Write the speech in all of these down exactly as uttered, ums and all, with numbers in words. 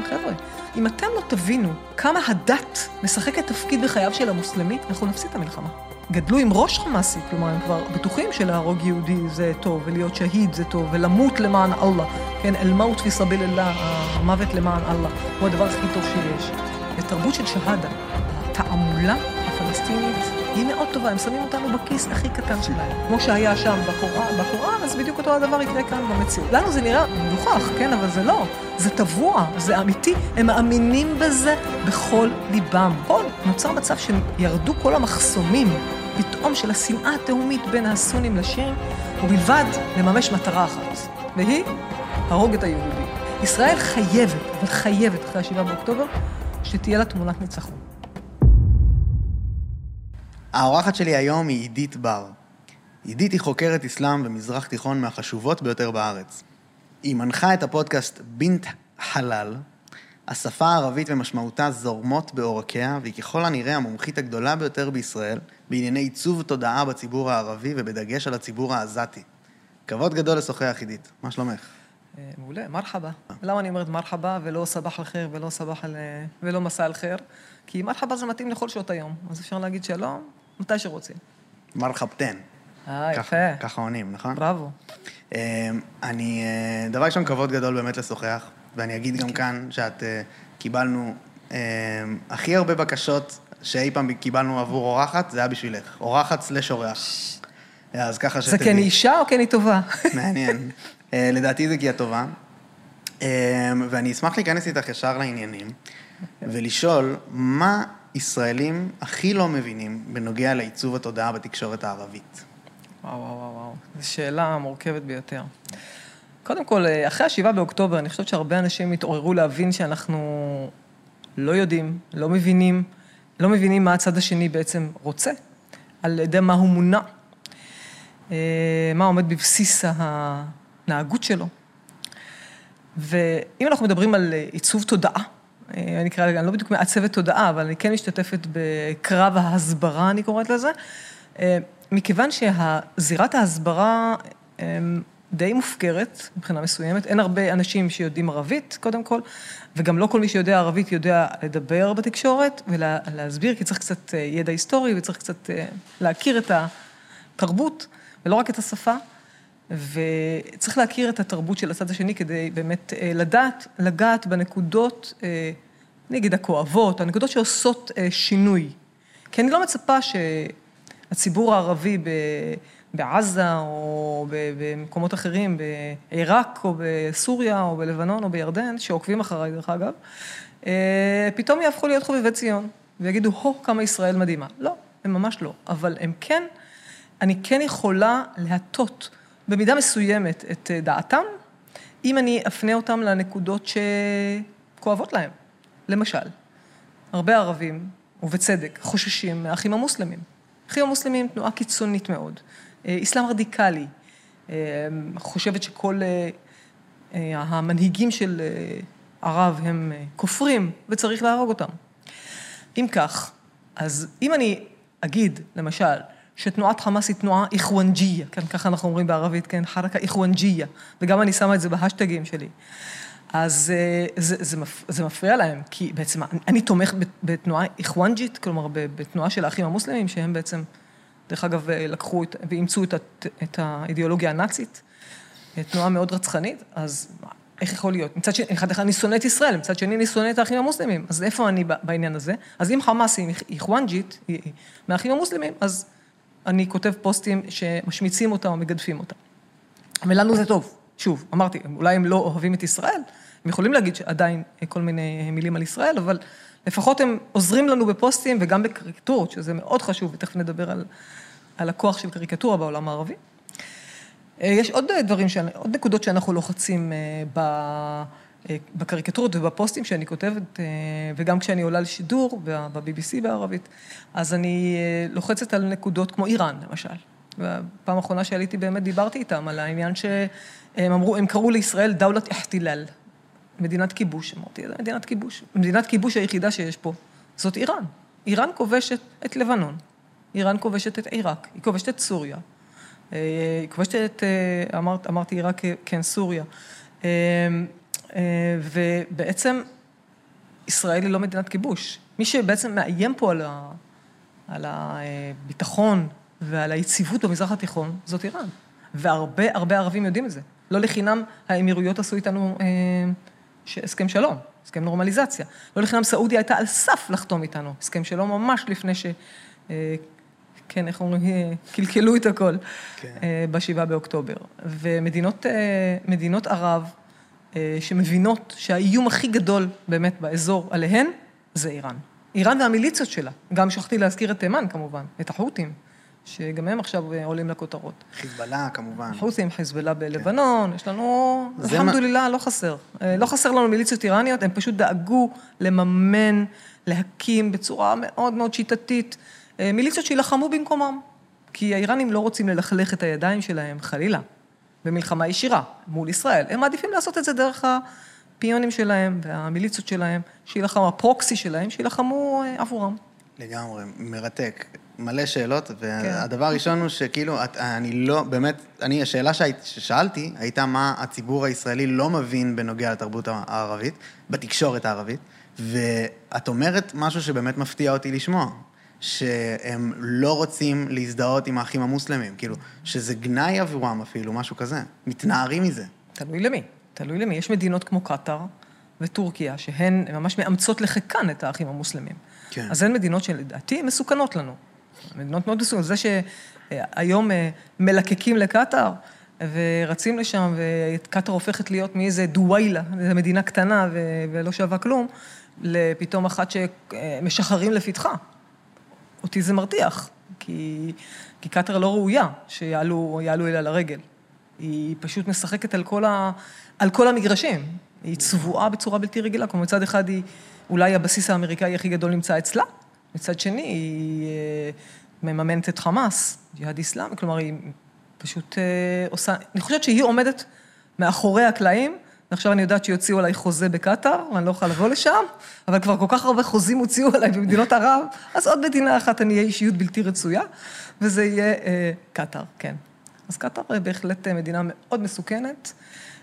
חבר'ה, אם אתם לא תבינו כמה הדת משחקת תפקיד בחייו של המוסלמי, אנחנו נפסיד את המלחמה. גדלו עם ראש חמאסי, כלומר, הם כבר בטוחים שלהרוג יהודי זה טוב, ולהיות שהיד זה טוב, ולמות למען אללה. כן, אל-מות פי סביל אללה, המוות למען אללה, הוא הדבר הכי טוב שיש. התרבות של שהדה, התעמולה הפלסטינית, היא מאוד טובה, הם שמים אותנו בכיס הכי קטן שלהם. כמו שהיה שם בקוראן, בקוראן, אז בדיוק אותו הדבר יקרה כאן במציאות. לנו זה נראה מוכח, כן, אבל זה לא. זה טבוע, זה אמיתי, הם מאמינים בזה בכל ליבם. כל נוצר מצב שירדו כל המחסומים, פתאום של השנאה התהומית בין הסונים לשיעים, ובלבד לממש מטרה אחת, והיא הרוג את היהודי. ישראל חייבת, אבל חייבת אחרי השבעה באוקטובר, שתהיה לה תמונת ניצחון. האורחת שלי היום היא עידית בר. עידית היא חוקרת אסלאם במזרח תיכון מהחשובות ביותר בארץ. היא מנחה את הפודקאסט בינת חלל. השפה הערבית ומשמעותה זורמות בעורקיה, והיא ככל הנראה המומחית הגדולה ביותר בישראל בענייני עיצוב תודעה בציבור הערבי ובדגש על הציבור העזתי. כבוד גדול לשוחח עידית. מה שלומך? מעולה, מרחבה. למה אני אומרת מרחבה ולא סבח לחיר ולא סבח ולא מסע לחיר? כי מרחבה זה מתאים לכל שעות היום. אז אפשר להגיד שלום, מתי שרוצים. מרחבתן. אה, יפה. ככה עונים, נכון? בראבו. אני, דבר ראשון כבוד גדול באמת לשוחח, ואני אגיד גם כאן שאת קיבלנו הכי הרבה בקשות שאי פעם קיבלנו עבור אורחת, זה היה בשבילך. אורחת סלש אורח. אז ככה שתדעי. זה כן אישה או כן היא טובה? מעניין. לדעתי זה כי היא טובה. ואני אשמח להיכנס איתך ישר לעניינים, ולשאול מה ישראלים הכי לא מבינים בנוגע לעיצוב התודעה בתקשורת הערבית. וואו, וואו, וואו. זו שאלה מורכבת ביותר. קודם כל, אחרי השבעה באוקטובר, אני חושבת שהרבה אנשים התעוררו להבין שאנחנו לא יודעים, לא מבינים, לא מבינים מה הצד השני בעצם רוצה, על ידי מה הוא מונע, מה עומד בבסיס ההתנהגות שלו. ואם אנחנו מדברים על עיצוב תודעה, אני אקרא, אני לא בדיוק מעצבת תודעה, אבל אני כן משתתפת בקרב ההסברה, אני קוראת לזה, מכיוון שהזירת ההסברה די מופקרת, מבחינה מסוימת, אין הרבה אנשים שיודעים ערבית, קודם כל, וגם לא כל מי שיודע ערבית יודע לדבר בתקשורת, ולהסביר, כי צריך קצת ידע היסטורי, וצריך קצת להכיר את התרבות, ולא רק את השפה, וצריך להכיר את התרבות של הצד השני, כדי באמת לדעת, לגעת בנקודות, נגיד הכואבות, הנקודות שעושות שינוי. כי אני לא מצפה שהציבור הערבי בעזה, או במקומות אחרים, בעיראק, או בסוריה, או בלבנון, או בירדן, שעוקבים אחריי, דרך אגב, פתאום יהפכו להיות חובבי ציון, ויגידו, הו, כמה ישראל מדהימה. לא, הם ממש לא. אבל הם כן, אני כן יכולה להטות במידה מסוימת את דעתם, אם אני אפנה אותם לנקודות שכואבות להם. למשל, הרבה ערבים, ובצדק, חוששים מהאחים המוסלמים. האחים המוסלמים תנועה קיצונית מאוד. אסלאם רדיקלי. חושבת שכל המנהיגים של ערב הם כופרים, וצריך להרוג אותם. אם כך, אז אם אני אגיד, למשל, שתנועת חמאס היא תנועה איחואנג'יה, כן, ככה אנחנו אומרים בערבית, כן, חרקה איחואנג'יה, וגם אני שמה את זה בהשטגים שלי. אז זה, זה, זה מפריע להם, כי בעצם אני תומך בתנועה איחואנג'ית, כלומר בתנועה של האחים המוסלמים, שהם בעצם, דרך אגב, לקחו ואימצו את, את האידיאולוגיה הנאצית, תנועה מאוד רצחנית, אז איך יכול להיות? מצד שני, אחד אחד אני שונא את ישראל, מצד שני אני שונא את האחים המוסלמים, אז איפה אני בעניין הזה? אז אם חמאס היא איחואנג'ית, מהאחים המוסלמים, אז אני כותב פוסטים שמשמיצים אותם או מגדפים אותם. ולנו זה טוב. שוב, אמרתי, אולי הם לא אוהבים את ישראל, הם יכולים להגיד שעדיין כל מיני מילים על ישראל, אבל לפחות הם עוזרים לנו בפוסטים וגם בקריקטורות, שזה מאוד חשוב, ותכף נדבר על, על הכוח של קריקטורה בעולם הערבי. יש עוד דברים, עוד נקודות שאנחנו לוחצים בקריקטורות ובפוסטים שאני כותבת, וגם כשאני עולה לשידור, ב-בי בי סי בערבית, אז אני לוחצת על נקודות כמו איראן, למשל. והפעם האחרונה שעליתי באמת דיברתי איתם על העניין שהם אמרו, הם קראו לישראל דאולת אחתילל, מדינת כיבוש, אמרתי, זה מדינת כיבוש. מדינת כיבוש היחידה שיש פה, זאת איראן. איראן כובשת את לבנון, איראן כובשת את עיראק, היא כובשת את סוריה, היא כובשת את, אמרת, אמרתי עיראק, כן, סוריה. ובעצם ישראל היא לא מדינת כיבוש. מי שבעצם מאיים פה על, ה, על הביטחון ועל היציבות במזרח התיכון, זאת איראן. והרבה, הרבה ערבים יודעים את זה. לא לחינם האמירויות עשו איתנו אה, הסכם שלום, הסכם נורמליזציה. לא לחינם סעודיה הייתה על סף לחתום איתנו, הסכם שלום ממש לפני ש... אה, כן, איך אומרים, קלקלו את הכל, כן. בשבעה באוקטובר. ומדינות מדינות ערב שמבינות שהאיום הכי גדול באמת באזור עליהן, זה איראן. איראן והמיליציות שלה. גם שכחתי להזכיר את תימן, כמובן, את החות'ים, שגם הם עכשיו עולים לכותרות. חיזבאללה, כמובן. חות'ים, חיזבאללה בלבנון, כן. יש לנו, אלחמדולילה, לא חסר. לא חסר לנו מיליציות איראניות, הם פשוט דאגו לממן, להקים בצורה מאוד מאוד שיטתית, מיליציות שילחמו במקומם, כי האיראנים לא רוצים ללכלך את הידיים שלהם, חלילה, במלחמה ישירה מול ישראל. הם מעדיפים לעשות את זה דרך הפיונים שלהם והמיליציות שלהם, שילחמו, הפרוקסי שלהם, שילחמו עבורם. לגמרי, מרתק. מלא שאלות, והדבר הראשון הוא שכאילו, אני לא, באמת, אני, השאלה ששאלתי, הייתה מה הציבור הישראלי לא מבין בנוגע לתרבות הערבית, בתקשורת הערבית, ואת אומרת משהו שבאמת מפתיע אותי לשמוע. שהם לא רוצים להזדהות עם האחים המוסלמים, כאילו, שזה גנאי עבורם אפילו, משהו כזה, מתנערים מזה. תלוי למי, תלוי למי. יש מדינות כמו קטר וטורקיה, שהן ממש מאמצות לחכן את האחים המוסלמים. כן. אז הן מדינות שלדעתי מסוכנות לנו. מדינות מאוד מסוכנות. זה שהיום מלקקים לקטר, ורצים לשם, וקטר הופכת להיות מאיזה דווילה, איזו מדינה קטנה ולא שווה כלום, לפתאום אחת שמשחררים לפתחה. אותי זה מרתיח, כי, כי קטר לא ראויה שיעלו, יעלו אליה לרגל. היא פשוט משחקת על כל, ה, על כל המגרשים. היא צבועה בצורה בלתי רגילה, כמו מצד אחד היא אולי הבסיס האמריקאי הכי גדול נמצא אצלה, מצד שני היא אה, מממנת את חמאס, ג'יהאד איסלאמי, כלומר היא פשוט אה, עושה, אני חושבת שהיא עומדת מאחורי הקלעים, ועכשיו אני יודעת שיוציאו עליי חוזה בקטר, ואני לא יכולה לבוא לשם, אבל כבר כל כך הרבה חוזים הוציאו עליי במדינות ערב, אז עוד מדינה אחת אני אהיה אישיות בלתי רצויה, וזה יהיה אה, קטר, כן. אז קטר בהחלט מדינה מאוד מסוכנת,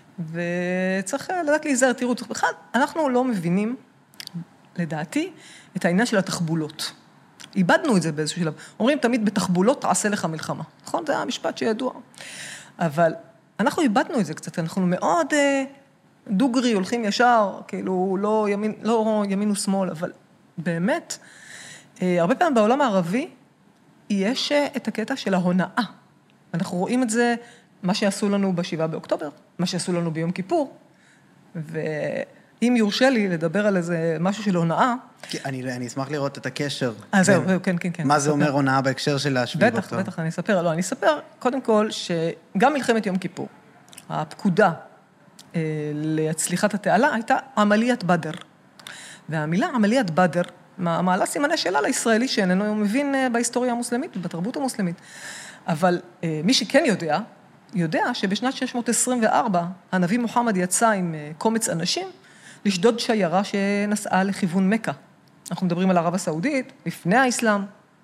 וצריך לדעת להיזהר, תראו, בכלל, אנחנו לא מבינים, לדעתי, את העניין של התחבולות. איבדנו את זה באיזשהו שלב. אומרים תמיד, בתחבולות תעשה לך מלחמה. נכון? זה המשפט שידוע. אבל אנחנו איבדנו את זה קצת, אנחנו מאוד אה, דוגרי, הולכים ישר, כאילו לא ימין, לא ימין ושמאל, אבל באמת, אה, הרבה פעמים בעולם הערבי, יש את הקטע של ההונאה. אנחנו רואים את זה, מה שעשו לנו בשבעה באוקטובר, מה שעשו לנו ביום כיפור, ואם יורשה לי לדבר על איזה משהו של הונאה... אני, אני אשמח לראות את הקשר. אה, זהו, כן, כן, כן. מה זה אומר הונאה בהקשר של השביעי באוקטובר? בטח, בטח, אני אספר. לא, אני אספר קודם כל שגם מלחמת יום כיפור, הפקודה אה, להצליחת התעלה הייתה עמליית בדר. והמילה עמליית בדר, מעלה סימני שאלה לישראלי שאיננו מבין בהיסטוריה המוסלמית, בתרבות המוסלמית. אבל אה, מי שכן יודע, יודע שבשנת שש מאות עשרים וארבע הנביא מוחמד יצא עם קומץ אנשים לשדוד שיירה שנסעה לכיוון מקה. אנחנו מדברים על ערב הסעודית, לפני האסלאם.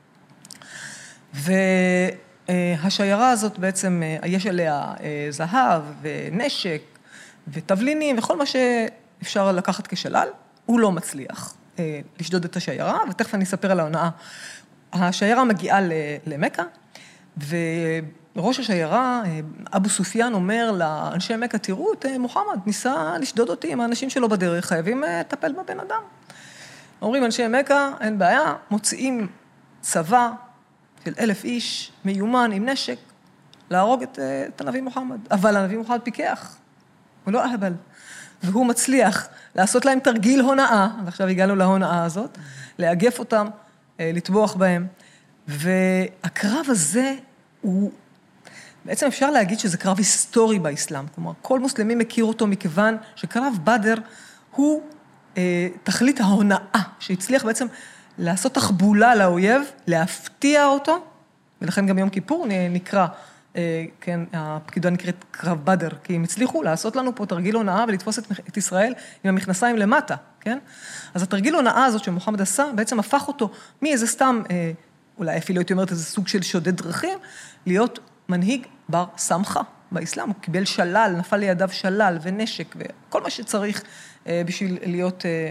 והשיירה הזאת בעצם, יש עליה זהב ונשק ותבלינים וכל מה שאפשר לקחת כשלל. הוא לא מצליח לשדוד את השיירה, ותכף אני אספר על ההונאה. השיירה מגיעה למקה, וראש השיירה, אבו סופיאן, אומר לאנשי מקה, תראו את מוחמד, ניסה לשדוד אותי עם האנשים שלו בדרך, חייבים לטפל בבן אדם. אומרים אנשי מקה, אין בעיה, מוציאים צבא של אלף איש, מיומן עם נשק, להרוג את, את הנביא מוחמד. אבל הנביא מוחמד פיקח, הוא לא אהבל, והוא מצליח לעשות להם תרגיל הונאה, ועכשיו הגענו להונאה הזאת, לאגף אותם, לטבוח בהם, והקרב הזה הוא, בעצם אפשר להגיד שזה קרב היסטורי באסלאם, כלומר, כל מוסלמי מכיר אותו מכיוון שקרב בדר הוא אה, תכלית ההונאה, שהצליח בעצם לעשות תחבולה לאויב, להפתיע אותו, ולכן גם יום כיפור נקרא, אה, כן, הפקידה נקראת קרב בדר, כי הם הצליחו לעשות לנו פה תרגיל הונאה ולתפוס את, את ישראל עם המכנסיים למטה, כן? אז התרגיל הונאה הזאת שמוחמד עשה, בעצם הפך אותו מאיזה סתם, אה, אולי אפילו הייתי אומרת איזה סוג של שודד דרכים, להיות מנהיג בר סמכה באסלאם. הוא קיבל שלל, נפל לידיו שלל ונשק וכל מה שצריך אה, בשביל להיות אה,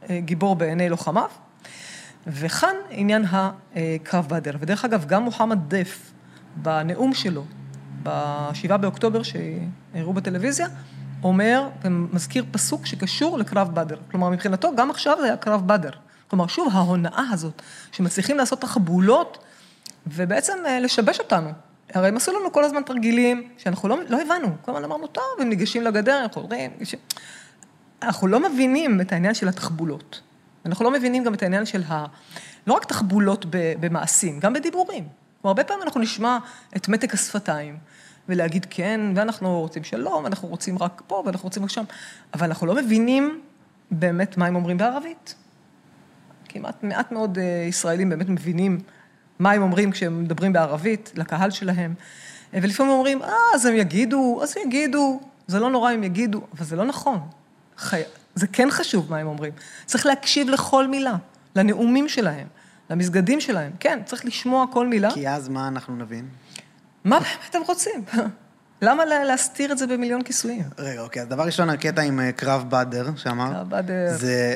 גיבור בעיני לוחמיו, וכאן עניין הקרב בדר. ודרך אגב, גם מוחמד דף, בנאום שלו, בשבעה באוקטובר שהראו בטלוויזיה, אומר ומזכיר פסוק שקשור לקרב בדר. כלומר, מבחינתו, גם עכשיו זה היה קרב בדר. כלומר, שוב, ההונאה הזאת, שמצליחים לעשות תחבולות, ובעצם לשבש אותנו. הרי הם עשו לנו כל הזמן תרגילים, שאנחנו לא, לא הבנו. כל הזמן אמרנו, טוב, הם ניגשים לגדר, אנחנו אומרים, אנחנו לא מבינים את העניין של התחבולות. אנחנו לא מבינים גם את העניין של ה... לא רק תחבולות במעשים, גם בדיבורים. כלומר, הרבה פעמים אנחנו נשמע את מתק השפתיים, ולהגיד כן, ואנחנו רוצים שלום, ואנחנו רוצים רק פה, ואנחנו רוצים רק שם, אבל אנחנו לא מבינים באמת מה הם אומרים בערבית. כמעט מעט מאוד ישראלים באמת מבינים מה הם אומרים כשהם מדברים בערבית, לקהל שלהם, ולפעמים אומרים, אה, אז הם יגידו, אז הם יגידו, זה לא נורא אם יגידו, אבל זה לא נכון. חי... זה כן חשוב מה הם אומרים. צריך להקשיב לכל מילה, לנאומים שלהם, למסגדים שלהם. כן, צריך לשמוע כל מילה. כי אז מה אנחנו נבין? מה באמת הם רוצים? למה להסתיר את זה במיליון כיסויים? רגע, אוקיי, אז דבר ראשון, הקטע עם קרב בדר, שאמר, קרב בדר. זה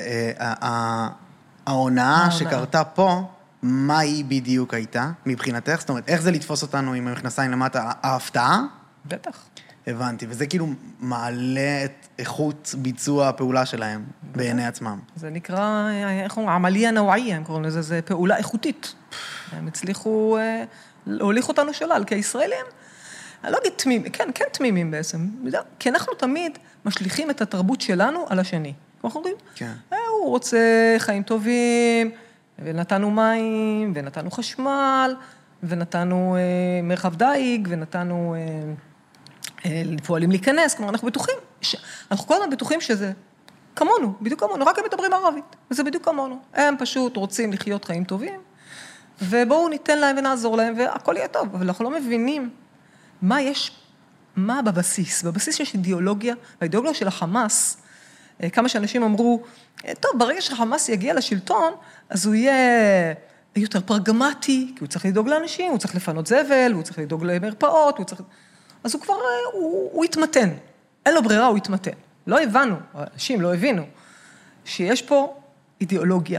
ההונאה שקרתה פה, מה היא בדיוק הייתה מבחינתך? זאת אומרת, איך זה לתפוס אותנו עם המכנסיים למטה? ההפתעה? בטח. הבנתי, וזה כאילו מעלה את איכות ביצוע הפעולה שלהם בעיני עצמם. זה נקרא, איך אומרים, עמליה נוועיה, הם קוראים לזה, זה פעולה איכותית. הם הצליחו להוליך אותנו שולל, כי הישראלים, אני לא אגיד תמימים, כן, כן תמימים בעצם, כי אנחנו תמיד משליכים את התרבות שלנו על השני. כמו אנחנו אומרים? כן. הוא רוצה חיים טובים, ונתנו מים, ונתנו חשמל, ונתנו מרחב דייג, ונתנו פועלים להיכנס, כלומר, אנחנו בטוחים, אנחנו כל הזמן בטוחים שזה כמונו, בדיוק כמונו, רק הם מדברים ערבית, וזה בדיוק כמונו. הם פשוט רוצים לחיות חיים טובים, ובואו ניתן להם ונעזור להם, והכל יהיה טוב, אבל אנחנו לא מבינים מה יש, מה בבסיס. בבסיס יש אידיאולוגיה, והאידיאולוגיה של החמאס, כמה שאנשים אמרו, טוב, ברגע שהחמאס יגיע לשלטון, אז הוא יהיה יותר פרגמטי, כי הוא צריך לדאוג לאנשים, הוא צריך לפנות זבל, הוא צריך לדאוג למרפאות, הוא צריך... אז הוא כבר, הוא, הוא התמתן. אין לו ברירה, הוא התמתן. לא הבנו, אנשים לא הבינו, שיש פה אידיאולוגיה,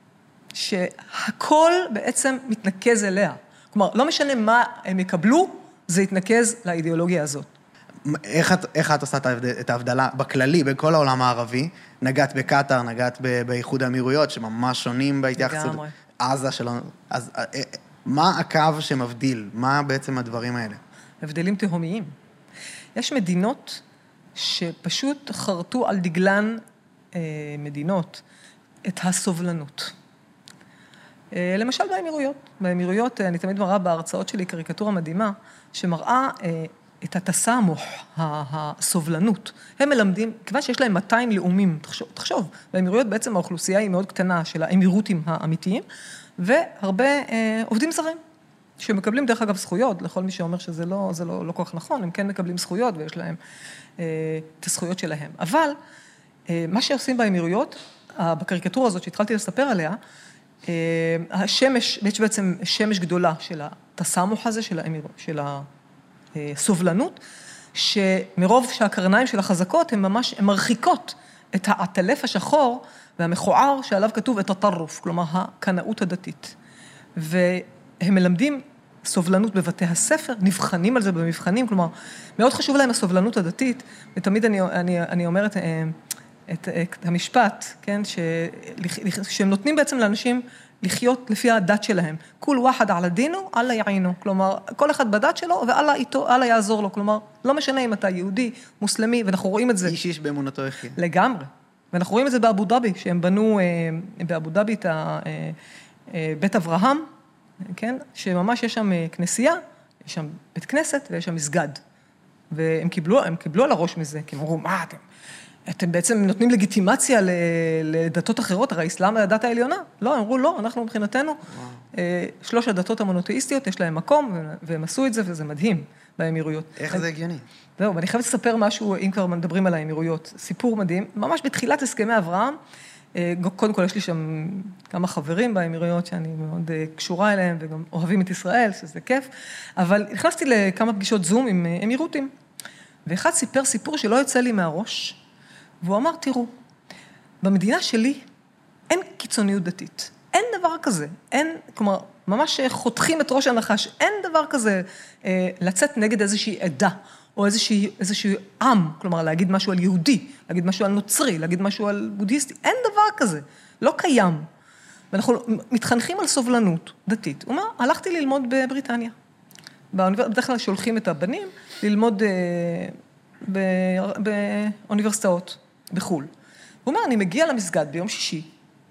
שהכל בעצם מתנקז אליה. כלומר, לא משנה מה הם יקבלו, זה יתנקז לאידיאולוגיה הזאת. איך את, איך את עושה את ההבדלה בכללי, בכל העולם הערבי? נגעת בקטר, נגעת באיחוד האמירויות, שממש שונים בהתייחסות. לגמרי. עזה שלא... אז מה הקו שמבדיל? מה בעצם הדברים האלה? הבדלים תהומיים. יש מדינות שפשוט חרטו על דגלן אה, מדינות את הסובלנות. אה, למשל באמירויות. באמירויות, אני תמיד מראה בהרצאות שלי קריקטורה מדהימה, שמראה אה, את התסמוך, הסובלנות. הם מלמדים, כיוון שיש להם מאתיים לאומים, תחשוב, תחשוב, באמירויות בעצם האוכלוסייה היא מאוד קטנה של האמירותים האמיתיים, והרבה אה, עובדים זרים. שמקבלים דרך אגב זכויות, לכל מי שאומר שזה לא, זה לא, לא כל כך נכון, הם כן מקבלים זכויות ויש להם אה, את הזכויות שלהם. אבל אה, מה שעושים באמירויות, בקריקטורה הזאת שהתחלתי לספר עליה, אה, השמש, יש בעצם שמש גדולה של התסמוך הזה, של, האמיר, של הסובלנות, שמרוב שהקרניים של החזקות הן ממש, הן מרחיקות את העטלף השחור והמכוער שעליו כתוב את הטרוף, כלומר הקנאות הדתית. ו... הם מלמדים סובלנות בבתי הספר, נבחנים על זה במבחנים, כלומר, מאוד חשוב להם הסובלנות הדתית, ותמיד אני, אני, אני אומרת את, את המשפט, כן, ש, שהם נותנים בעצם לאנשים לחיות לפי הדת שלהם. כול ואחד על הדינו, אללה יעינו. כלומר, כל אחד בדת שלו, ואללה איתו, אללה יעזור לו. כלומר, לא משנה אם אתה יהודי, מוסלמי, ואנחנו רואים את זה. איש איש באמונתו יחיה. לגמרי. ואנחנו רואים את זה באבו דאבי, שהם בנו באבו דאבי את בית אברהם, כן? שממש יש שם כנסייה, יש שם בית כנסת ויש שם מסגד. והם קיבלו, הם קיבלו על הראש מזה, כי הם אמרו, מה אתם? אתם בעצם נותנים לגיטימציה לדתות אחרות, הרי האסלאם היא הדת העליונה. לא, הם אמרו, לא, אנחנו מבחינתנו, שלוש הדתות המונותאיסטיות, יש להם מקום, והם עשו את זה, וזה מדהים באמירויות. איך זה הגיוני? זהו, ואני חייבת לספר משהו, אם כבר מדברים על האמירויות, סיפור מדהים, ממש בתחילת הסכמי אברהם, קודם כל יש לי שם כמה חברים באמירויות שאני מאוד קשורה אליהם, וגם אוהבים את ישראל, שזה כיף, אבל נכנסתי לכמה פגישות זום עם אמירותים, ואחד סיפר סיפור שלא יוצא לי מהראש, והוא אמר, תראו, במדינה שלי קיצוניות דתית. אין דבר כזה. אין, כלומר, ממש חותכים את ראש הנחש. אין דבר כזה אה, לצאת נגד איזושהי עדה, או איזושהי, איזושהי עם, כלומר, להגיד משהו על יהודי, להגיד משהו על נוצרי, להגיד משהו על בודהיסטי. אין דבר כזה. לא קיים. ואנחנו מתחנכים על סובלנות דתית. הוא אומר, הלכתי ללמוד בבריטניה. בדרך כלל שולחים את הבנים ללמוד באוניברסיטאות בחו"ל. הוא אומר, אני מגיע למסגד ביום שישי,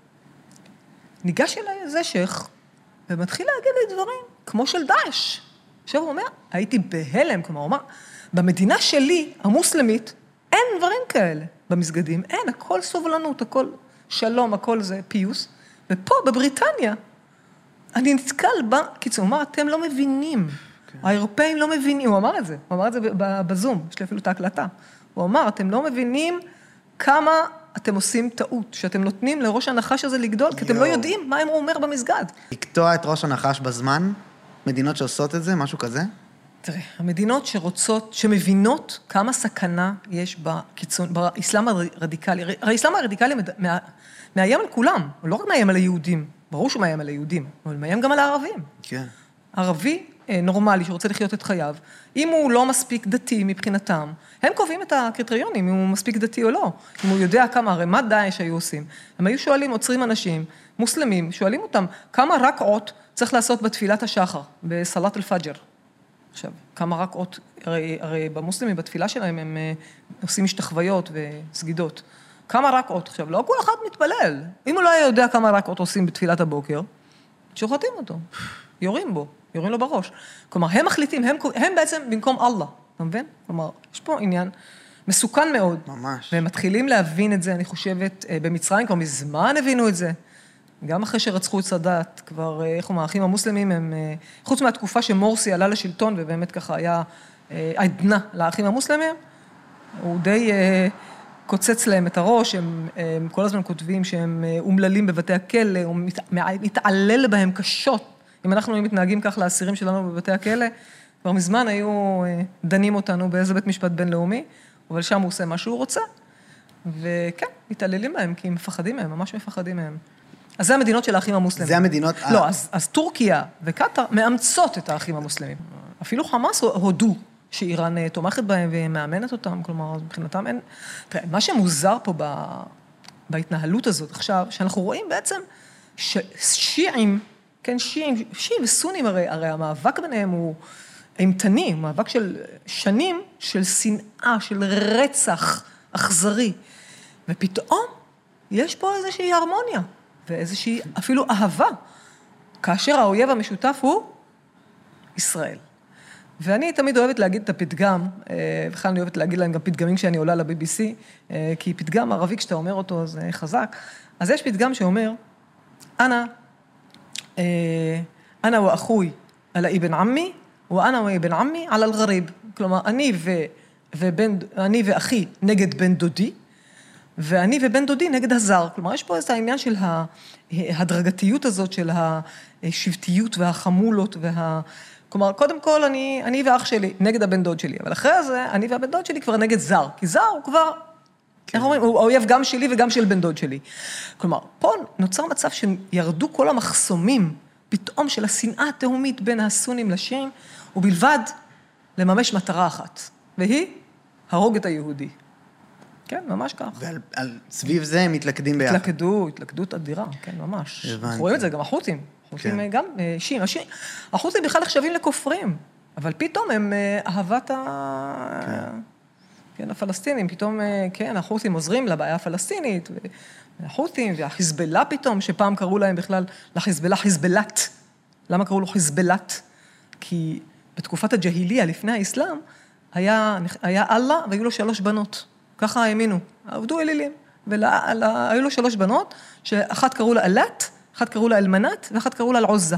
ניגש אליי איזה שייך, ומתחיל להגיד לי דברים, כמו של דאעש. עכשיו הוא אומר, הייתי בהלם, כלומר, הוא אומר, במדינה שלי, המוסלמית, אין דברים כאלה במסגדים, אין, הכל סובלנות, הכל שלום, הכל זה פיוס, ופה בבריטניה, אני נתקל בה, קיצור, הוא אמר, אתם לא מבינים, האירופאים לא מבינים, הוא אמר את זה, הוא אמר את זה בזום, יש לי אפילו את ההקלטה, הוא אמר, אתם לא מבינים כמה אתם עושים טעות, שאתם נותנים לראש הנחש הזה לגדול, כי אתם לא יודעים מה הוא אומר במסגד. לקטוע את ראש הנחש בזמן, מדינות שעושות את זה, משהו כזה? תראה, המדינות שרוצות, שמבינות כמה סכנה יש בקיצון, באסלאם הרדיקלי, הרי האסלאם הרדיקלי מאיים על כולם, הוא לא רק מאיים על היהודים, ברור שהוא מאיים על היהודים, אבל מאיים גם על הערבים. כן. ערבי נורמלי שרוצה לחיות את חייו, אם הוא לא מספיק דתי מבחינתם, הם קובעים את הקריטריונים, אם הוא מספיק דתי או לא, אם הוא יודע כמה, הרי מה דאעש היו עושים? הם היו שואלים, עוצרים אנשים, מוסלמים, שואלים אותם, כמה רקעות צריך לעשות בתפילת השחר, בסלט אל-פג'ר. עכשיו, כמה רקעות, הרי, הרי במוסלמים, בתפילה שלהם, הם עושים משתחוויות וסגידות. כמה רקעות, עכשיו, לא כל אחד מתפלל. אם הוא לא יודע כמה רקעות עושים בתפילת הבוקר, שוחטים אותו, יורים בו. יורים לו בראש. כלומר, הם מחליטים, הם, הם בעצם במקום אללה, אתה מבין? כלומר, יש פה עניין מסוכן מאוד. ממש. והם מתחילים להבין את זה, אני חושבת, במצרים, כבר מזמן הבינו את זה. גם אחרי שרצחו את סאדאת, כבר, איך אומר, האחים המוסלמים הם, חוץ מהתקופה שמורסי עלה לשלטון, ובאמת ככה היה עדנה לאחים המוסלמים, הוא די קוצץ להם את הראש, הם, הם כל הזמן כותבים שהם אומללים בבתי הכלא, הוא מת, מתעלל בהם קשות, אם אנחנו מתנהגים כך לאסירים שלנו בבתי הכלא, כבר מזמן היו דנים אותנו באיזה בית משפט בינלאומי, אבל שם הוא עושה מה שהוא רוצה, וכן, מתעללים בהם, כי הם מפחדים מהם, ממש מפחדים מהם. אז זה המדינות של האחים המוסלמים. זה המדינות... לא, אז, אז טורקיה וקטר מאמצות את האחים המוסלמים. אפילו חמאס הודו שאיראן תומכת בהם ומאמנת אותם, כלומר, מבחינתם אין... תראה, מה שמוזר פה ב... בהתנהלות הזאת עכשיו, שאנחנו רואים בעצם ששיעים, כן, שיעים, שיעים וסונים, הרי, הרי המאבק ביניהם הוא אימתני, מאבק של שנים של שנאה, של רצח אכזרי, ופתאום יש פה איזושהי הרמוניה, ואיזושהי אפילו אהבה, כאשר האויב המשותף הוא ישראל. ואני תמיד אוהבת להגיד את הפתגם, בכלל אני אוהבת להגיד להם גם פתגמים כשאני עולה ל-בי בי סי, כי פתגם ערבי כשאתה אומר אותו זה חזק, אז יש פתגם שאומר, אנא, אנא ואחוי על אבן עמי, ואנא ואבן עמי על אל-גריב. כלומר, אני, ו, ובן, אני ואחי נגד בן דודי, ואני ובן דודי נגד הזר. כלומר, יש פה איזה העניין של ההדרגתיות הזאת, של השבטיות והחמולות, וה... כלומר, קודם כל, אני, אני ואח שלי נגד הבן דוד שלי, אבל אחרי זה, אני והבן דוד שלי כבר נגד זר, כי זר הוא כבר... איך אומרים? הוא האויב גם שלי וגם של בן דוד שלי. כלומר, פה נוצר מצב שירדו כל המחסומים, פתאום של השנאה התהומית בין הסונים לשיעים, ובלבד לממש מטרה אחת, והיא הרוג את היהודי. כן, ממש כך. ועל סביב זה הם מתלכדים ביחד. התלכדו, התלכדות אדירה, כן, ממש. אנחנו רואים את זה, גם החות'ים. החות'ים גם שיעים. החות'ים בכלל נחשבים לכופרים, אבל פתאום הם אהבת ה... כן, הפלסטינים, פתאום, כן, החות'ים עוזרים לבעיה הפלסטינית, והחות'ים והחיזבאללה פתאום, שפעם קראו להם בכלל לחיזבאללה חיזבאלת. למה קראו לו חיזבאלת? כי בתקופת הג'היליה, לפני האסלאם, היה, היה אללה והיו לו שלוש בנות. ככה האמינו, עבדו אלילים. והיו לו שלוש בנות, שאחת קראו לה אלת, אחת קראו לה אלמנת, ואחת קראו לה אלעוזה.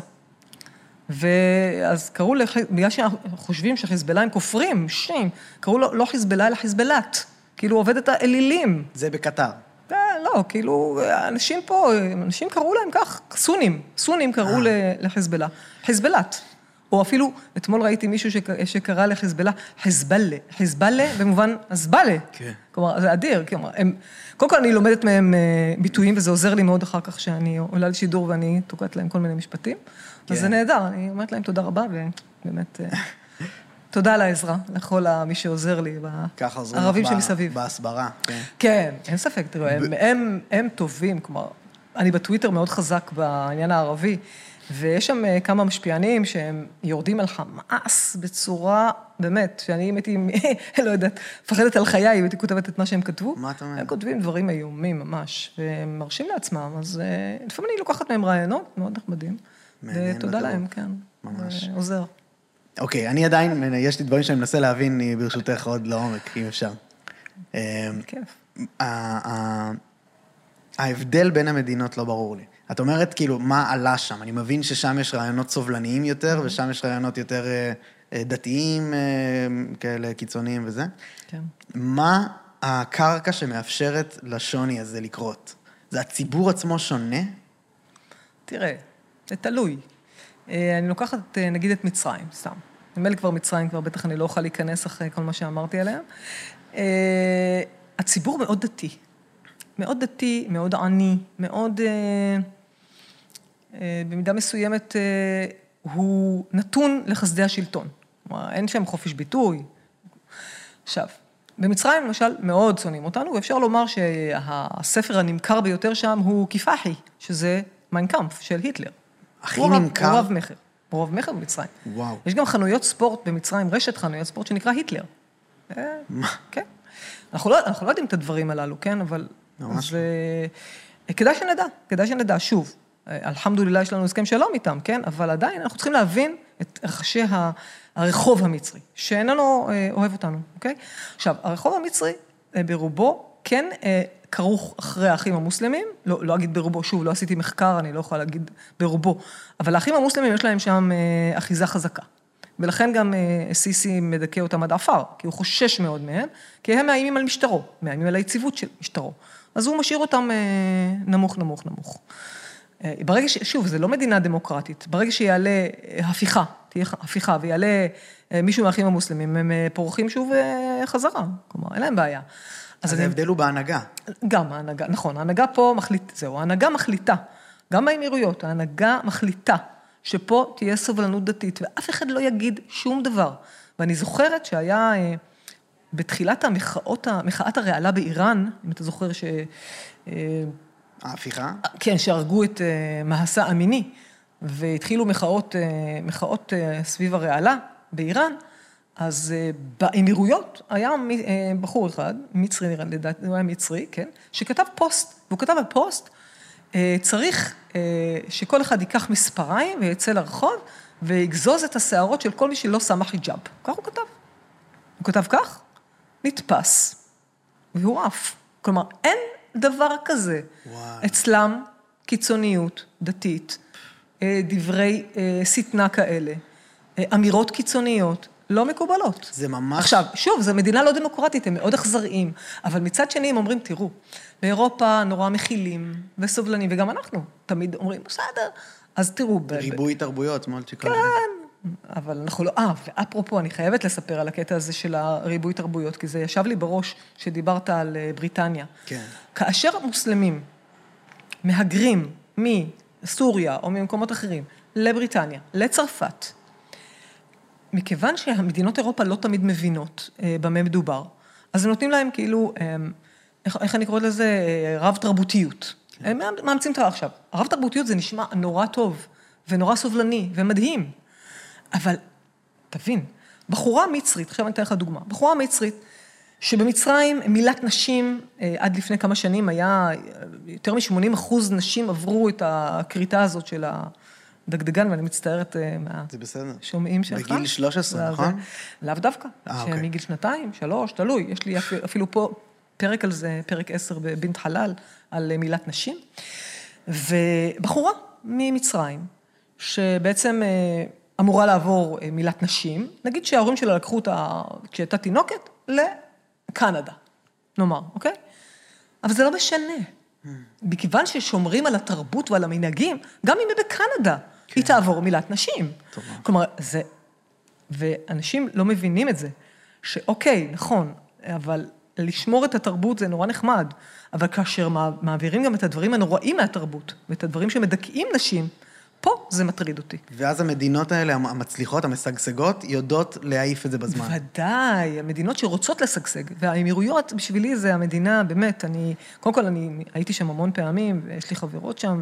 ואז קראו, בגלל שחושבים שחיזבאללה הם כופרים, שיים, קראו לו לא חיזבאללה, אלא חיזבאלת. כאילו עובד את האלילים. זה בקטר. לא, כאילו, אנשים פה, אנשים קראו להם כך, סונים, סונים קראו לחיזבאללה. חיזבאלת. או אפילו, אתמול ראיתי מישהו שקרא לחיזבאללה, חיזבאללה, חיזבאללה במובן הזבאללה. כן. כלומר, זה אדיר. כלומר, הם, קודם כל אני לומדת מהם ביטויים, וזה עוזר לי מאוד אחר כך שאני עולה לשידור ואני תוקעת להם כל מיני משפטים. כן. אז זה נהדר, אני אומרת להם תודה רבה, ובאמת, תודה על העזרה, לכל מי שעוזר לי, הערבים שמסביב. בהסברה, כן. כן, אין ספק, תראו, הם, הם, הם טובים, כלומר, אני בטוויטר מאוד חזק בעניין הערבי, ויש שם כמה משפיענים שהם יורדים על חמאס בצורה, באמת, שאני אם הייתי, לא יודעת, פחדת על חיי, הייתי כותבת את מה שהם כתבו. מה אתה אומר? הם כותבים דברים איומים ממש, והם מרשים לעצמם, אז לפעמים אני לוקחת מהם רעיונות, מאוד נחמדים. ותודה להם, כן. ממש. עוזר. אוקיי, אני עדיין, יש לי דברים שאני מנסה להבין ברשותך עוד לעומק, אם אפשר. כיף. ההבדל בין המדינות לא ברור לי. את אומרת, כאילו, מה עלה שם? אני מבין ששם יש רעיונות סובלניים יותר, ושם יש רעיונות יותר דתיים, כאלה קיצוניים וזה. כן. מה הקרקע שמאפשרת לשוני הזה לקרות? זה הציבור עצמו שונה? תראה, זה תלוי. אני לוקחת, נגיד, את מצרים, סתם. נדמה לי כבר מצרים, כבר בטח אני לא אוכל להיכנס אחרי כל מה שאמרתי עליהם. הציבור מאוד דתי. מאוד דתי, מאוד עני, מאוד, במידה מסוימת, הוא נתון לחסדי השלטון. כלומר, אין שם חופש ביטוי. עכשיו, במצרים, למשל, מאוד שונאים אותנו, ואפשר לומר שהספר הנמכר ביותר שם הוא כיפחי, שזה מיין קאמפף של היטלר. הכי נמכר? הוא רב מחר. הוא רב מחר במצרים. וואו. יש גם חנויות ספורט במצרים, רשת חנויות ספורט שנקרא היטלר. מה? כן. אנחנו לא, אנחנו לא יודעים את הדברים הללו, כן? אבל... ממש. אז, כדאי שנדע, כדאי שנדע. שוב, אלחמדולillah יש לנו הסכם שלום איתם, כן? אבל עדיין אנחנו צריכים להבין את רחשי הרחוב המצרי, שאיננו אוהב אותנו, אוקיי? עכשיו, הרחוב המצרי ברובו כן כרוך אחרי האחים המוסלמים, לא, לא אגיד ברובו, שוב, לא עשיתי מחקר, אני לא יכולה להגיד ברובו, אבל האחים המוסלמים יש להם שם אחיזה חזקה. ולכן גם סיסי מדכא אותם עד עפר, כי הוא חושש מאוד מהם, כי הם מאיימים על משטרו, מאיימים על היציבות של משטרו. אז הוא משאיר אותם נמוך, נמוך, נמוך. ברגע ש... שוב, זה לא מדינה דמוקרטית. ברגע שיעלה הפיכה, תהיה הפיכה, ויעלה מישהו מהאחים המוסלמים, הם פורחים שוב חזרה. כלומר, אין להם בעיה. אז ההבדל הוא בהנהגה. גם ההנהגה, נכון. ההנהגה פה מחליט, זהו, ההנהגה מחליטה. גם באמירויות, ההנהגה מחליטה. שפה תהיה סובלנות דתית, ואף אחד לא יגיד שום דבר. ואני זוכרת שהיה בתחילת המחאות, מחאת הרעלה באיראן, אם אתה זוכר ש... ההפיכה? כן, שהרגו את מהסה אמיני, והתחילו מחאות, מחאות סביב הרעלה באיראן, אז באמירויות היה בחור אחד, מצרי, לדעתי, הוא היה מצרי, כן, שכתב פוסט, והוא כתב על פוסט, צריך שכל אחד ייקח מספריים ויצא לרחוב, ויגזוז את השערות של כל מי שלא שמה חיג'אב. כך הוא כתב. הוא כתב כך, נתפס, והוא עף. כלומר, אין דבר כזה. וואי. אצלם קיצוניות דתית, דברי סתנה כאלה, אמירות קיצוניות, לא מקובלות. זה ממש... עכשיו, שוב, זו מדינה לא דמוקרטית, הם מאוד אכזריים, אבל מצד שני הם אומרים, תראו, באירופה נורא מכילים וסובלנים, וגם אנחנו תמיד אומרים, בסדר, אז תראו... ריבוי ב... תרבויות, מולצ'יקה. כן, אבל אנחנו לא... אה, ואפרופו, אני חייבת לספר על הקטע הזה של הריבוי תרבויות, כי זה ישב לי בראש שדיברת על בריטניה. כן. כאשר המוסלמים מהגרים מסוריה או ממקומות אחרים לבריטניה, לצרפת, מכיוון שהמדינות אירופה לא תמיד מבינות במה מדובר, אז הם נותנים להם כאילו, איך, איך אני קוראת לזה, רב תרבותיות. הם מאמצים את עכשיו. הרב תרבותיות זה נשמע נורא טוב, ונורא סובלני, ומדהים. אבל, תבין, בחורה מצרית, עכשיו אני אתן לך דוגמה, בחורה מצרית, שבמצרים מילת נשים, עד לפני כמה שנים היה, יותר מ-שמונים אחוז נשים עברו את הקריטה הזאת של ה... דגדגן, ואני מצטערת מה... זה בסדר. שומעים שלך. בגיל שלוש עשרה, נכון? לאו דווקא. שמגיל שנתיים, שלוש, תלוי. יש לי אפילו פה פרק על זה, פרק עשר בבינט חלל, על מילת נשים. ובחורה ממצרים, שבעצם אמורה לעבור מילת נשים, נגיד שההורים שלה לקחו אותה, כשהייתה תינוקת, לקנדה, נאמר, אוקיי? אבל זה לא משנה. בכיוון ששומרים על התרבות ועל המנהגים, גם אם היא בקנדה, היא תעבור מילת נשים. כלומר, זה... ואנשים לא מבינים את זה, שאוקיי, נכון, אבל לשמור את התרבות זה נורא נחמד, אבל כאשר מעבירים גם את הדברים הנוראים מהתרבות, ואת הדברים שמדכאים נשים, פה זה מטריד אותי. ואז המדינות האלה, המצליחות, המשגשגות, יודעות להעיף את זה בזמן. ודאי, המדינות שרוצות לשגשג, והאמירויות בשבילי זה המדינה, באמת, אני, קודם כל אני הייתי שם המון פעמים, ויש לי חברות שם,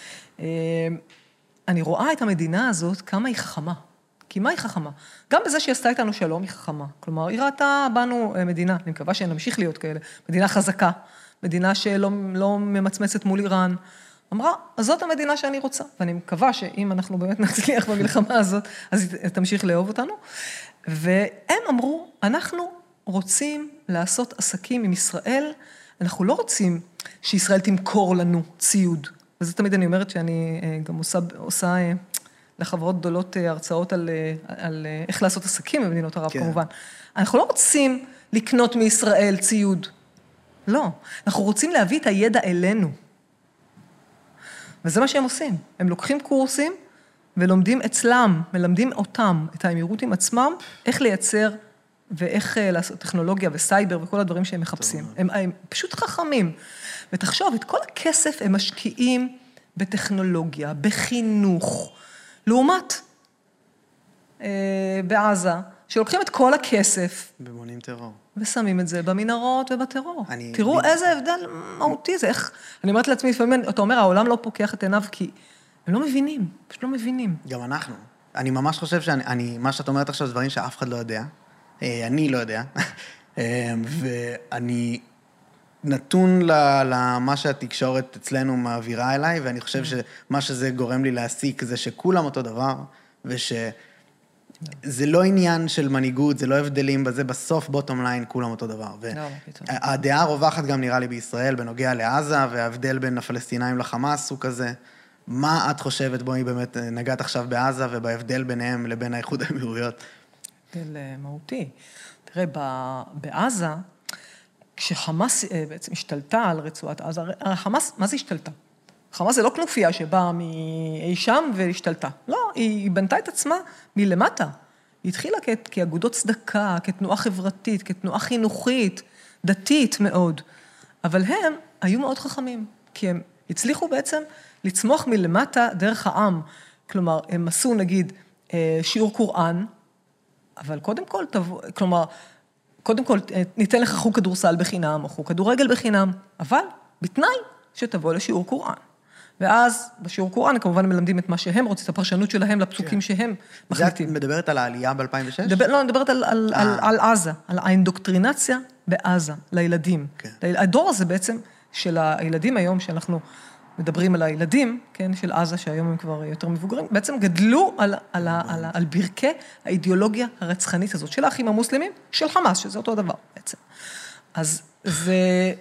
ואני רואה את המדינה הזאת, כמה היא חכמה. כי מה היא חכמה? גם בזה שהיא עשתה איתנו שלום היא חכמה. כלומר, היא ראתה בנו מדינה, אני מקווה שנמשיך להיות כאלה, מדינה חזקה, מדינה שלא לא ממצמצת מול איראן. אמרה, אז זאת המדינה שאני רוצה, ואני מקווה שאם אנחנו באמת נצליח במלחמה הזאת, אז היא תמשיך לאהוב אותנו. והם אמרו, אנחנו רוצים לעשות עסקים עם ישראל, אנחנו לא רוצים שישראל תמכור לנו ציוד. וזה תמיד אני אומרת שאני גם עושה... עושה לחברות גדולות הרצאות על, על איך לעשות עסקים במדינות ערב, כן. כמובן. אנחנו לא רוצים לקנות מישראל ציוד. לא. אנחנו רוצים להביא את הידע אלינו. וזה מה שהם עושים. הם לוקחים קורסים ולומדים אצלם, מלמדים אותם, את האמירותים עצמם, איך לייצר ואיך לעשות טכנולוגיה וסייבר וכל הדברים שהם מחפשים. הם, הם פשוט חכמים. ותחשוב, את כל הכסף הם משקיעים בטכנולוגיה, בחינוך, לעומת אה, בעזה, שלוקחים את כל הכסף. במונים טרור. ושמים את זה במנהרות ובטרור. אני... תראו אני... איזה הבדל מהותי זה, איך... אני אומרת לעצמי, לפעמים, אתה אומר, העולם לא פוקח את עיניו, כי הם לא מבינים, פשוט לא מבינים. גם אנחנו. אני ממש חושב שאני, אני, מה שאת אומרת עכשיו, זה דברים שאף אחד לא יודע. אני לא יודע. ואני נתון למה שהתקשורת אצלנו מעבירה אליי, ואני חושב שמה שזה גורם לי להסיק זה שכולם אותו דבר, ושזה לא עניין של מנהיגות, זה לא הבדלים בזה, בסוף בוטום ליין כולם אותו דבר. והדעה הרווחת גם נראה לי בישראל, בנוגע לעזה, וההבדל בין הפלסטינאים לחמאס הוא כזה. מה את חושבת, בואי באמת נגעת עכשיו בעזה, ובהבדל ביניהם לבין האיחוד האמירויות? הבדל מהותי. תראה, בעזה, כשחמאס בעצם השתלטה על רצועת עזה, חמאס, מה זה השתלטה? חמאס זה לא כנופיה שבאה מאי שם והשתלטה. לא, היא בנתה את עצמה מלמטה. היא התחילה כ- כאגודות צדקה, כתנועה חברתית, כתנועה חינוכית, דתית מאוד. אבל הם היו מאוד חכמים, כי הם הצליחו בעצם לצמוח מלמטה דרך העם. כלומר, הם עשו נגיד שיעור קוראן, אבל קודם כל, תבוא, כלומר, קודם כל, ניתן לך חוג כדורסל בחינם, או חוג כדורגל בחינם, אבל בתנאי שתבוא לשיעור קוראן. ואז בשיעור קוראן, כמובן, מלמדים את מה שהם רוצים, את הפרשנות שלהם לפסוקים שהם מחליטים. את מדברת על העלייה ב-אלפיים ושש? לא, אני מדברת על, על, על, על עזה, על האינדוקטרינציה בעזה, לילדים. הדור הזה בעצם, של הילדים היום, שאנחנו מדברים על הילדים, כן, של עזה, שהיום הם כבר יותר מבוגרים, בעצם גדלו על, על, על, על ברכי האידיאולוגיה הרצחנית הזאת, של האחים המוסלמים, של חמאס, שזה אותו דבר בעצם. אז זה...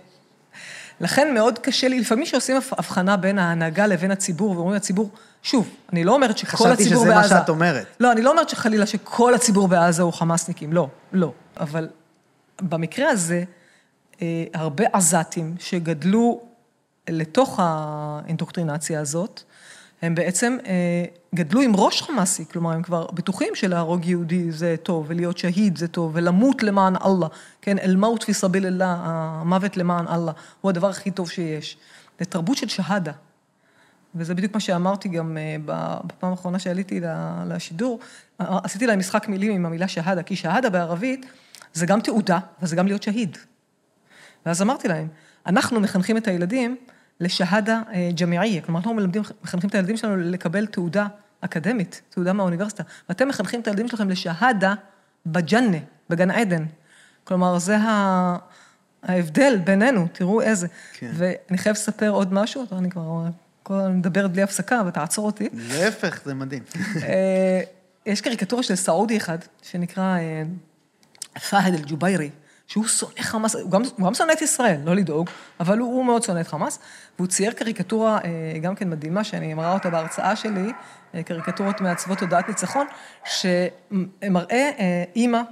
לכן מאוד קשה לי, לפעמים שעושים הבחנה בין ההנהגה לבין הציבור, ואומרים לציבור, שוב, אני לא אומרת שכל הציבור בעזה... חשבתי שזה מה שאת אומרת. לא, אני לא אומרת שחלילה שכל הציבור בעזה הוא חמאסניקים, לא, לא. אבל במקרה הזה, הרבה עזתים שגדלו לתוך האינדוקטרינציה הזאת, הם בעצם גדלו עם ראש חמאסי, כלומר, הם כבר בטוחים שלהרוג יהודי זה טוב, ולהיות שהיד זה טוב, ולמות למען אללה, כן, אל-מות פי סביל אללה, המוות למען אללה, הוא הדבר הכי טוב שיש. זה תרבות של שהדה, וזה בדיוק מה שאמרתי גם בפעם האחרונה שעליתי לשידור, עשיתי להם משחק מילים עם המילה שהדה, כי שהדה בערבית זה גם תעודה, וזה גם להיות שהיד. ואז אמרתי להם, אנחנו מחנכים את הילדים לשהדה ג'מיעיה, כלומר, אנחנו מלמדים, מחנכים את הילדים שלנו לקבל תעודה אקדמית, תעודה מהאוניברסיטה, ואתם מחנכים את הילדים שלכם לשהדה בג'נה, בגן עדן. כלומר, זה ההבדל בינינו, תראו איזה. כן. ואני חייב לספר עוד משהו, אני כבר מדברת בלי הפסקה, ותעצור אותי. להפך, זה מדהים. יש קריקטורה של סעודי אחד, שנקרא פהד אל-ג'וביירי, שהוא שונא חמאס, הוא גם, הוא גם שונא את ישראל, לא לדאוג, אבל הוא, הוא מאוד שונא את חמאס, והוא צייר קריקטורה גם כן מדהימה, שאני אמרה אותה בהרצאה שלי, קריקטורות מעצבות תודעת ניצחון, שמראה אימא,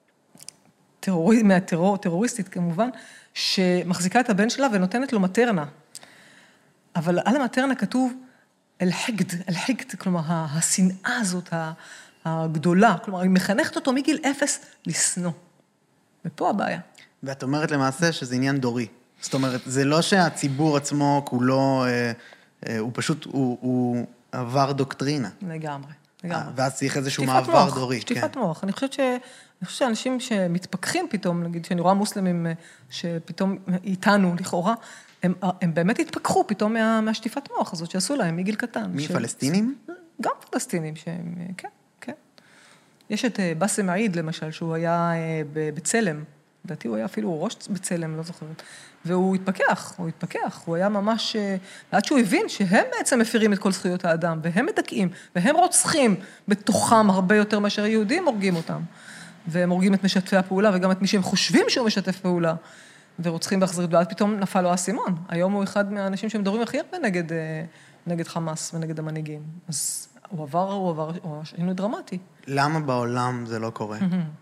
טרורי, מהטרור, טרוריסטית כמובן, שמחזיקה את הבן שלה ונותנת לו מטרנה. אבל על המטרנה כתוב, אל-חקד, אל-חקד, כלומר, השנאה הזאת הגדולה, כלומר, היא מחנכת אותו מגיל אפס לשנוא. ופה הבעיה. ואת אומרת למעשה שזה עניין דורי. זאת אומרת, זה לא שהציבור עצמו כולו, אה, אה, הוא פשוט, הוא, הוא עבר דוקטרינה. לגמרי, לגמרי. ואז צריך איזשהו מעבר מוח, דורי. שטיפת כן. מוח. אני חושבת ש... אני חושבת שאנשים שמתפכחים פתאום, נגיד שאני רואה מוסלמים שפתאום איתנו לכאורה, הם, הם באמת התפכחו פתאום מה, מהשטיפת מוח הזאת שעשו להם מגיל קטן. מי ש... פלסטינים? גם פלסטינים שהם, כן, כן. יש את באסם עיד למשל, שהוא היה בצלם, לדעתי הוא היה אפילו ראש בצלם, לא זוכרת, והוא התפכח, הוא התפכח, הוא היה ממש, עד שהוא הבין שהם בעצם מפירים את כל זכויות האדם, והם מדכאים, והם רוצחים בתוכם הרבה יותר מאשר יהודים הורגים אותם, והם הורגים את משתפי הפעולה, וגם את מי שהם חושבים שהוא משתף פעולה, ורוצחים באכזריות, ואז פתאום נפל לו האסימון. היום הוא אחד מהאנשים שמדברים הכי הרבה נגד, נגד חמאס ונגד המנהיגים. אז הוא עבר, הוא עבר, הוא היינו דרמטי. למה בעולם זה לא קורה?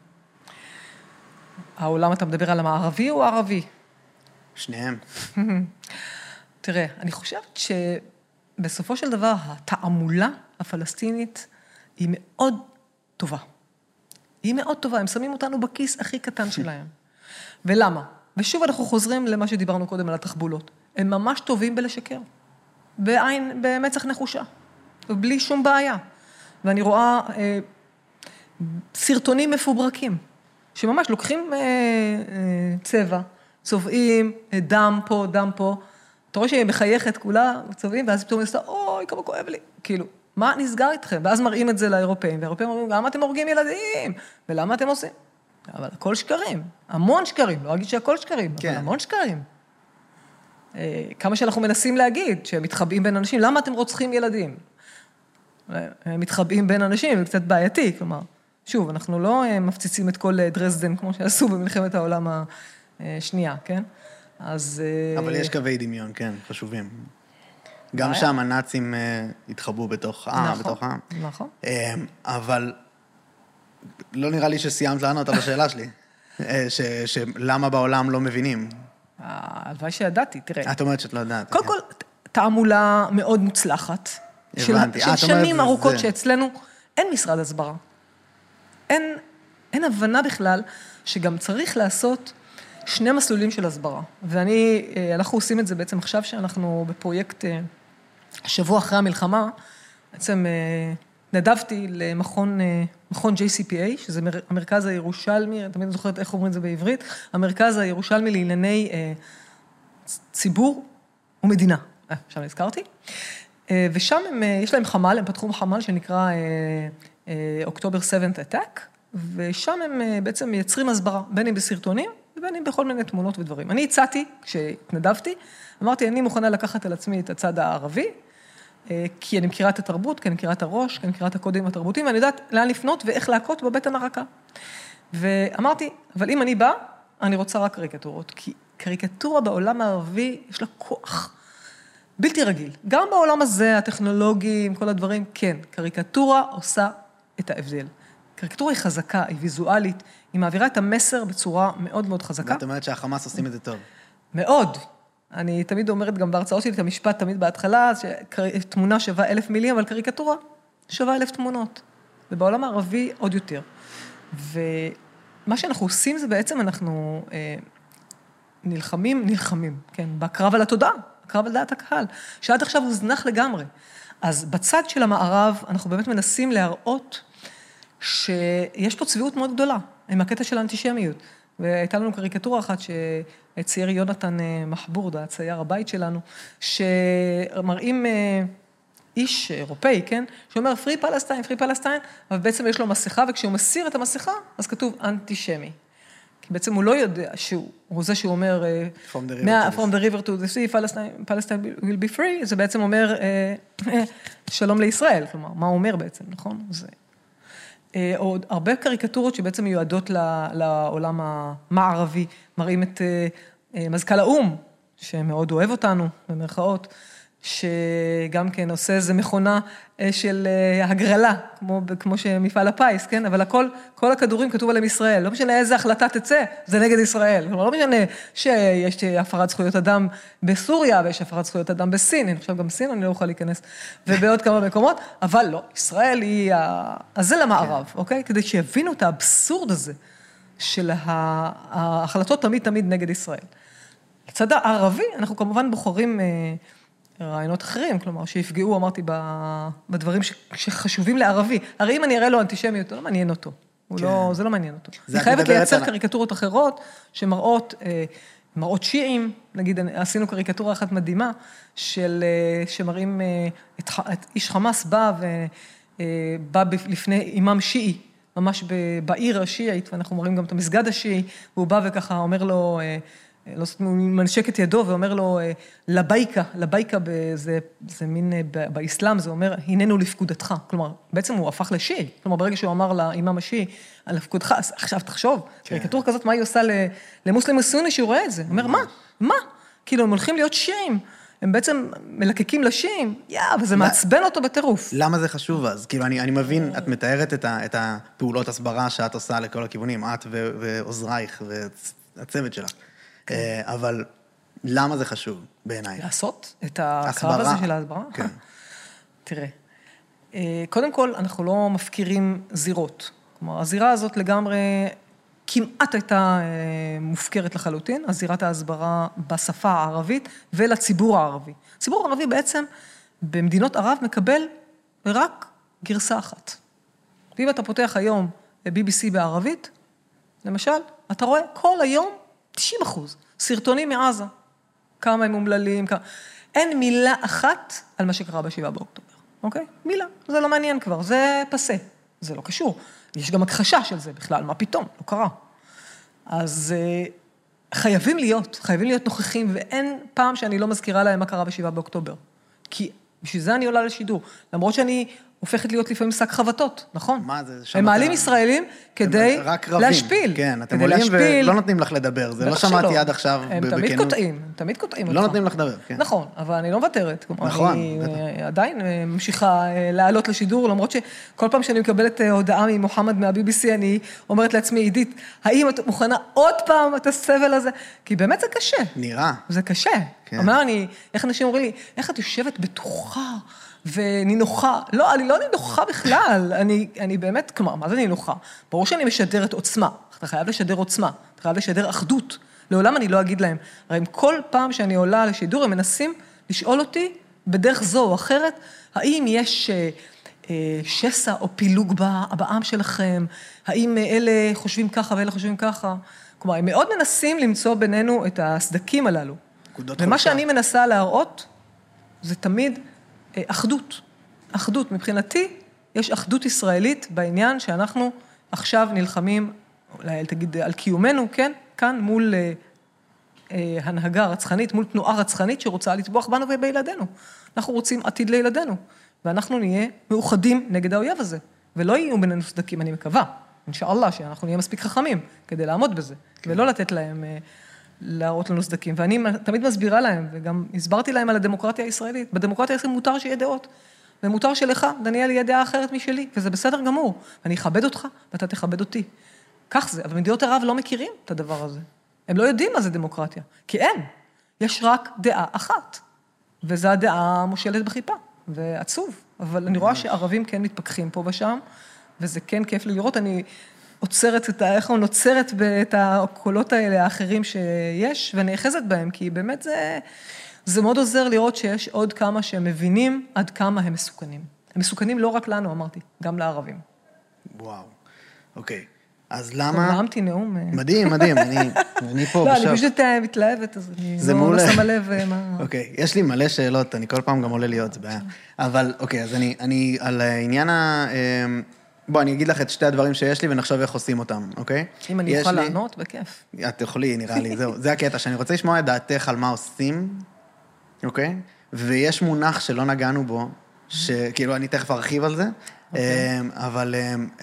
העולם, אתה מדבר על המערבי או הערבי? שניהם. תראה, אני חושבת שבסופו של דבר, התעמולה הפלסטינית היא מאוד טובה. היא מאוד טובה, הם שמים אותנו בכיס הכי קטן שלהם. ולמה? ושוב אנחנו חוזרים למה שדיברנו קודם על התחבולות. הם ממש טובים בלשקר. בעין, במצח נחושה. ובלי שום בעיה. ואני רואה אה, סרטונים מפוברקים, שממש לוקחים אה, אה, צבע, צובעים, דם פה, דם פה. אתה רואה שהיא מחייכת כולה, צובעים, ואז פתאום נסתה, אוי, כמה כואב לי. כאילו, מה נסגר איתכם? ואז מראים את זה לאירופאים, והאירופאים אומרים, למה אתם הורגים ילדים? ולמה אתם עושים? אבל הכל שקרים, המון שקרים, לא אגיד שהכל שקרים, כן. אבל המון שקרים. כמה שאנחנו מנסים להגיד, שהם מתחבאים בין אנשים, למה אתם רוצחים ילדים? הם מתחבאים בין אנשים, זה קצת בעייתי, כלומר, שוב, אנחנו לא מפציצים את כל דרזדן, כמו שעשו במלחמת העולם השנייה, כן? אז... אבל יש קווי דמיון, כן, חשובים. גם שם הנאצים התחבאו בתוך העם, בתוך העם. נכון. אבל לא נראה לי שסיימת לענות על השאלה שלי, שלמה בעולם לא מבינים. הלוואי שידעתי, תראה. את אומרת שאת לא יודעת. קודם כל, תעמולה מאוד מוצלחת. הבנתי. של שנים ארוכות שאצלנו אין משרד הסברה. אין, אין הבנה בכלל שגם צריך לעשות שני מסלולים של הסברה. ואני, אנחנו עושים את זה בעצם עכשיו שאנחנו בפרויקט שבוע אחרי המלחמה, בעצם נדבתי למכון, מכון ג'יי סי פי איי, שזה המרכז הירושלמי, תמיד אני זוכרת איך אומרים את זה בעברית, המרכז הירושלמי לענייני ציבור ומדינה. שם הזכרתי. ושם הם, יש להם חמ"ל, הם פתחו חמ"ל שנקרא אוקטובר סבנט אטאק, ושם הם בעצם מייצרים הסברה, בין אם בסרטונים, ובין אם בכל מיני תמונות ודברים. אני הצעתי, כשהתנדבתי, אמרתי, אני מוכנה לקחת על עצמי את הצד הערבי, כי אני מכירה את התרבות, כי אני מכירה את הראש, כי אני מכירה את הקודים התרבותיים, ואני יודעת לאן לפנות ואיך להכות בבטן הרכה. ואמרתי, אבל אם אני באה, אני רוצה רק קריקטורות, כי קריקטורה בעולם הערבי יש לה כוח בלתי רגיל. גם בעולם הזה, הטכנולוגי, עם כל הדברים, כן, קריקטורה עושה את ההבדל. קריקטורה היא חזקה, היא ויזואלית, היא מעבירה את המסר בצורה מאוד מאוד חזקה. ואת אומרת שהחמאס עושים את זה טוב. מאוד. אני תמיד אומרת גם בהרצאות שלי את המשפט תמיד בהתחלה, שתמונה שווה אלף מילים, אבל קריקטורה שווה אלף תמונות. ובעולם הערבי עוד יותר. ומה שאנחנו עושים זה בעצם אנחנו אה, נלחמים, נלחמים, כן, בקרב על התודעה, הקרב על דעת הקהל, שעד עכשיו הוא זנח לגמרי. אז בצד של המערב אנחנו באמת מנסים להראות שיש פה צביעות מאוד גדולה, עם הקטע של האנטישמיות. והייתה לנו קריקטורה אחת שצייר יונתן מחבורדה, צייר הבית שלנו, שמראים איש אירופאי, כן? שאומר פרי פלסטיין, פרי פלסטיין, אבל בעצם יש לו מסכה, וכשהוא מסיר את המסכה, אז כתוב אנטישמי. כי בעצם הוא לא יודע שהוא, הוא זה שהוא אומר, From the river, From the river to the sea, Palestine, Palestine will be free, זה בעצם אומר שלום לישראל, כלומר, מה הוא אומר בעצם, נכון? זה... או הרבה קריקטורות שבעצם מיועדות לעולם המערבי, מראים את מזכ"ל האום, שמאוד אוהב אותנו, במרכאות, שגם כן עושה איזו מכונה של הגרלה, כמו, כמו שמפעל הפיס, כן? אבל הכל, כל הכדורים כתוב עליהם ישראל. לא משנה איזה החלטה תצא, זה נגד ישראל. כלומר, לא משנה שיש הפרת זכויות אדם בסוריה, ויש הפרת זכויות אדם בסין, אני חושב גם בסין, אני לא אוכל להיכנס, ובעוד כמה מקומות, אבל לא, ישראל היא, אז זה למערב, כן. אוקיי? כדי שיבינו את האבסורד הזה, של ההחלטות תמיד תמיד נגד ישראל. לצד הערבי, אנחנו כמובן בוחרים רעיונות אחרים, כלומר, שיפגעו, אמרתי, בדברים שחשובים לערבי. הרי אם אני אראה לו אנטישמיות, זה לא מעניין אותו. כן. לא, זה לא מעניין אותו. אני חייבת לייצר על... קריקטורות אחרות, שמראות, מראות שיעים, נגיד, עשינו קריקטורה אחת מדהימה, של, שמראים את, את איש חמאס בא, ובא לפני אימם שיעי, ממש בעיר השיעית, ואנחנו מראים גם את המסגד השיעי, והוא בא וככה אומר לו, לא זאת אומרת, הוא מנשק את ידו ואומר לו, לבייקה, לבייקה זה, זה מין, באסלאם זה אומר, הננו לפקודתך. כלומר, בעצם הוא הפך לשיעי. כלומר, ברגע שהוא אמר לאימם השיעי, על לפקודתך, עכשיו תחשוב, קריקטורה כזאת, מה היא עושה למוסלם סוני שהוא רואה את זה? הוא אומר, מה? מה? כאילו, הם הולכים להיות שיעים. הם בעצם מלקקים לשיעים, יא, וזה מעצבן אותו בטירוף. למה זה חשוב אז? כאילו, אני, אני מבין, את מתארת את, ה, את הפעולות הסברה שאת עושה לכל הכיוונים, את ו, ועוזרייך והצוות שלך. אבל למה זה חשוב בעיניי? לעשות את הקרב הזה של ההסברה? כן. תראה, קודם כל, אנחנו לא מפקירים זירות. כלומר, הזירה הזאת לגמרי כמעט הייתה מופקרת לחלוטין, הזירת ההסברה בשפה הערבית ולציבור הערבי. הציבור הערבי בעצם במדינות ערב מקבל רק גרסה אחת. ואם אתה פותח היום ב-בי בי סי בערבית, למשל, אתה רואה כל היום תשעים אחוז, סרטונים מעזה, כמה הם אומללים, כמה... אין מילה אחת על מה שקרה בשבעה באוקטובר, אוקיי? מילה, זה לא מעניין כבר, זה פסה, זה לא קשור. יש גם הכחשה של זה בכלל, מה פתאום, לא קרה. אז חייבים להיות, חייבים להיות נוכחים, ואין פעם שאני לא מזכירה להם מה קרה בשבעה באוקטובר. כי בשביל זה אני עולה לשידור, למרות שאני הופכת להיות לפעמים שק חבטות, נכון? מה זה? הם מעלים ישראלים כדי להשפיל. כן, אתם עולים ולא נותנים לך לדבר, זה לא שמעתי עד עכשיו בכנות. הם תמיד קוטעים, הם תמיד קוטעים אותך. לא נותנים לך לדבר, כן. נכון, אבל אני לא מוותרת. נכון. אני עדיין ממשיכה לעלות לשידור, למרות שכל פעם שאני מקבלת הודעה ממוחמד מה-בי בי סי, אני אומרת לעצמי, עידית, האם את מוכנה עוד פעם את הסבל הזה? כי באמת זה קשה. נראה. זה קשה. אומר אני, איך אנשים אומרים לי, איך את יושבת בטוחה ונינוחה? לא, אני לא נינוחה בכלל. אני, אני באמת, כלומר, מה זה נינוחה? ברור שאני משדרת עוצמה. אתה חייב לשדר עוצמה. אתה חייב לשדר אחדות. לעולם אני לא אגיד להם. הרי אם כל פעם שאני עולה לשידור, הם מנסים לשאול אותי בדרך זו או אחרת, האם יש אה, שסע או פילוג בעם שלכם? האם אלה חושבים ככה ואלה חושבים ככה? כלומר, הם מאוד מנסים למצוא בינינו את הסדקים הללו. ומה שאני מנסה להראות, זה תמיד אחדות. אחדות. מבחינתי, יש אחדות ישראלית בעניין שאנחנו עכשיו נלחמים, תגיד, על קיומנו, כן? כאן מול אה, הנהגה רצחנית, מול תנועה רצחנית שרוצה לטבוח בנו ובילדינו. אנחנו רוצים עתיד לילדינו, ואנחנו נהיה מאוחדים נגד האויב הזה, ולא יהיו בינינו סדקים, אני מקווה, אינשאללה, שאנחנו נהיה מספיק חכמים כדי לעמוד בזה, כן. ולא לתת להם... אה, להראות לנו סדקים, ואני תמיד מסבירה להם, וגם הסברתי להם על הדמוקרטיה הישראלית. בדמוקרטיה הישראלית מותר שיהיה דעות, ומותר שלך, דניאל, יהיה דעה אחרת משלי, וזה בסדר גמור. ואני אכבד אותך, ואתה תכבד אותי. כך זה, אבל מדינות ערב לא מכירים את הדבר הזה. הם לא יודעים מה זה דמוקרטיה, כי אין. יש רק דעה אחת, וזו הדעה המושלת בחיפה, ועצוב. אבל אני רואה שערבים כן מתפכחים פה ושם, וזה כן כיף לי לראות. אני... עוצרת את ה... איך הוא נוצרת את הקולות האלה האחרים שיש, ונאחזת בהם, כי באמת זה, זה מאוד עוזר לראות שיש עוד כמה שהם מבינים עד כמה הם מסוכנים. הם מסוכנים לא רק לנו, אמרתי, גם לערבים. וואו, אוקיי. אז למה... נעמתי נאום... מדהים, מדהים, אני, אני פה לא, בשב. אני פשוט מתלהבת, אז אני לא, לא שמה לב מה... אוקיי, יש לי מלא שאלות, אני כל פעם גם עולה להיות, זה בעיה. אבל, אוקיי, אז אני, אני על העניין ה... בוא, אני אגיד לך את שתי הדברים שיש לי, ונחשוב איך עושים אותם, אוקיי? אם אני אוכל לענות, בכיף. את יכולי, נראה לי, זהו. זה הקטע, שאני רוצה לשמוע את דעתך על מה עושים, אוקיי? ויש מונח שלא נגענו בו, שכאילו אני תכף ארחיב על זה, אבל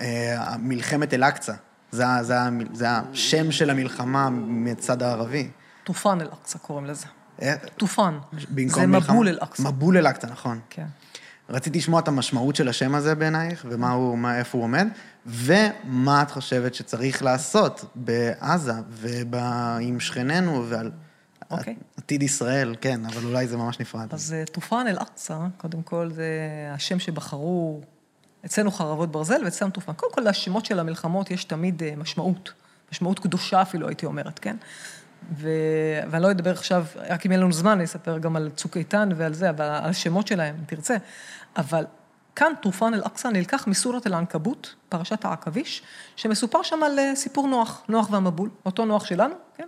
מלחמת אל-אקצא, זה השם של המלחמה מצד הערבי. טופן אל-אקצא קוראים לזה. טופן. במקום זה מלחמה. מבול אל-אקצא. מבול אל-אקצא, נכון. כן. רציתי לשמוע את המשמעות של השם הזה בעינייך, ומה הוא, מה, איפה הוא עומד, ומה את חושבת שצריך לעשות בעזה, ועם שכנינו, ועל אוקיי. עתיד ישראל, כן, אבל אולי זה ממש נפרד. אז טופן אל-אקצא, קודם כל, זה השם שבחרו, אצלנו חרבות ברזל, ואצלנו טופן. קודם כל, לשמות של המלחמות יש תמיד משמעות, משמעות קדושה אפילו, הייתי אומרת, כן? ו... ואני לא אדבר עכשיו, רק אם יהיה לנו זמן, אני אספר גם על צוק איתן ועל זה, על השמות שלהם, אם תרצה. אבל כאן טופן אל-אקצא נלקח מסורת אל-ענקבוט, פרשת העכביש, שמסופר שם על סיפור נוח, נוח והמבול, אותו נוח שלנו, כן?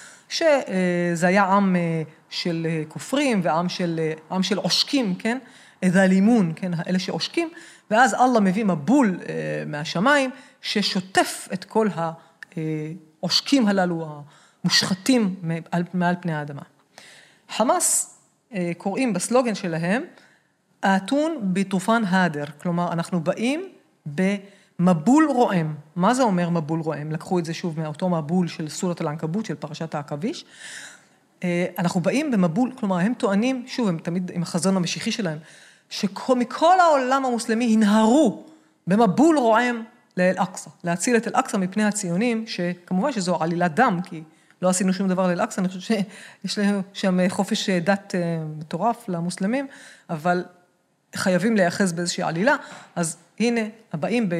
שזה היה עם של כופרים ועם של, עם של עושקים, כן? דלימון, כן? אלה שעושקים, ואז אללה מביא מבול מהשמיים, ששוטף את כל העושקים הללו, המושחתים מעל פני האדמה. חמאס קוראים בסלוגן שלהם, אתון בטופן הדר, כלומר, אנחנו באים במבול רועם. מה זה אומר מבול רועם? לקחו את זה שוב מאותו מבול של סורת אל-ענקבוט, של פרשת העכביש. אנחנו באים במבול, כלומר, הם טוענים, שוב, הם תמיד עם החזון המשיחי שלהם, שמכל העולם המוסלמי הנהרו במבול רועם לאל-אקצא, להציל את אל-אקצא מפני הציונים, שכמובן שזו עלילת דם, כי לא עשינו שום דבר לאל-אקצא, אני חושבת שיש לנו שם חופש דת מטורף למוסלמים, אבל חייבים לייחס באיזושהי עלילה, אז הנה, הבאים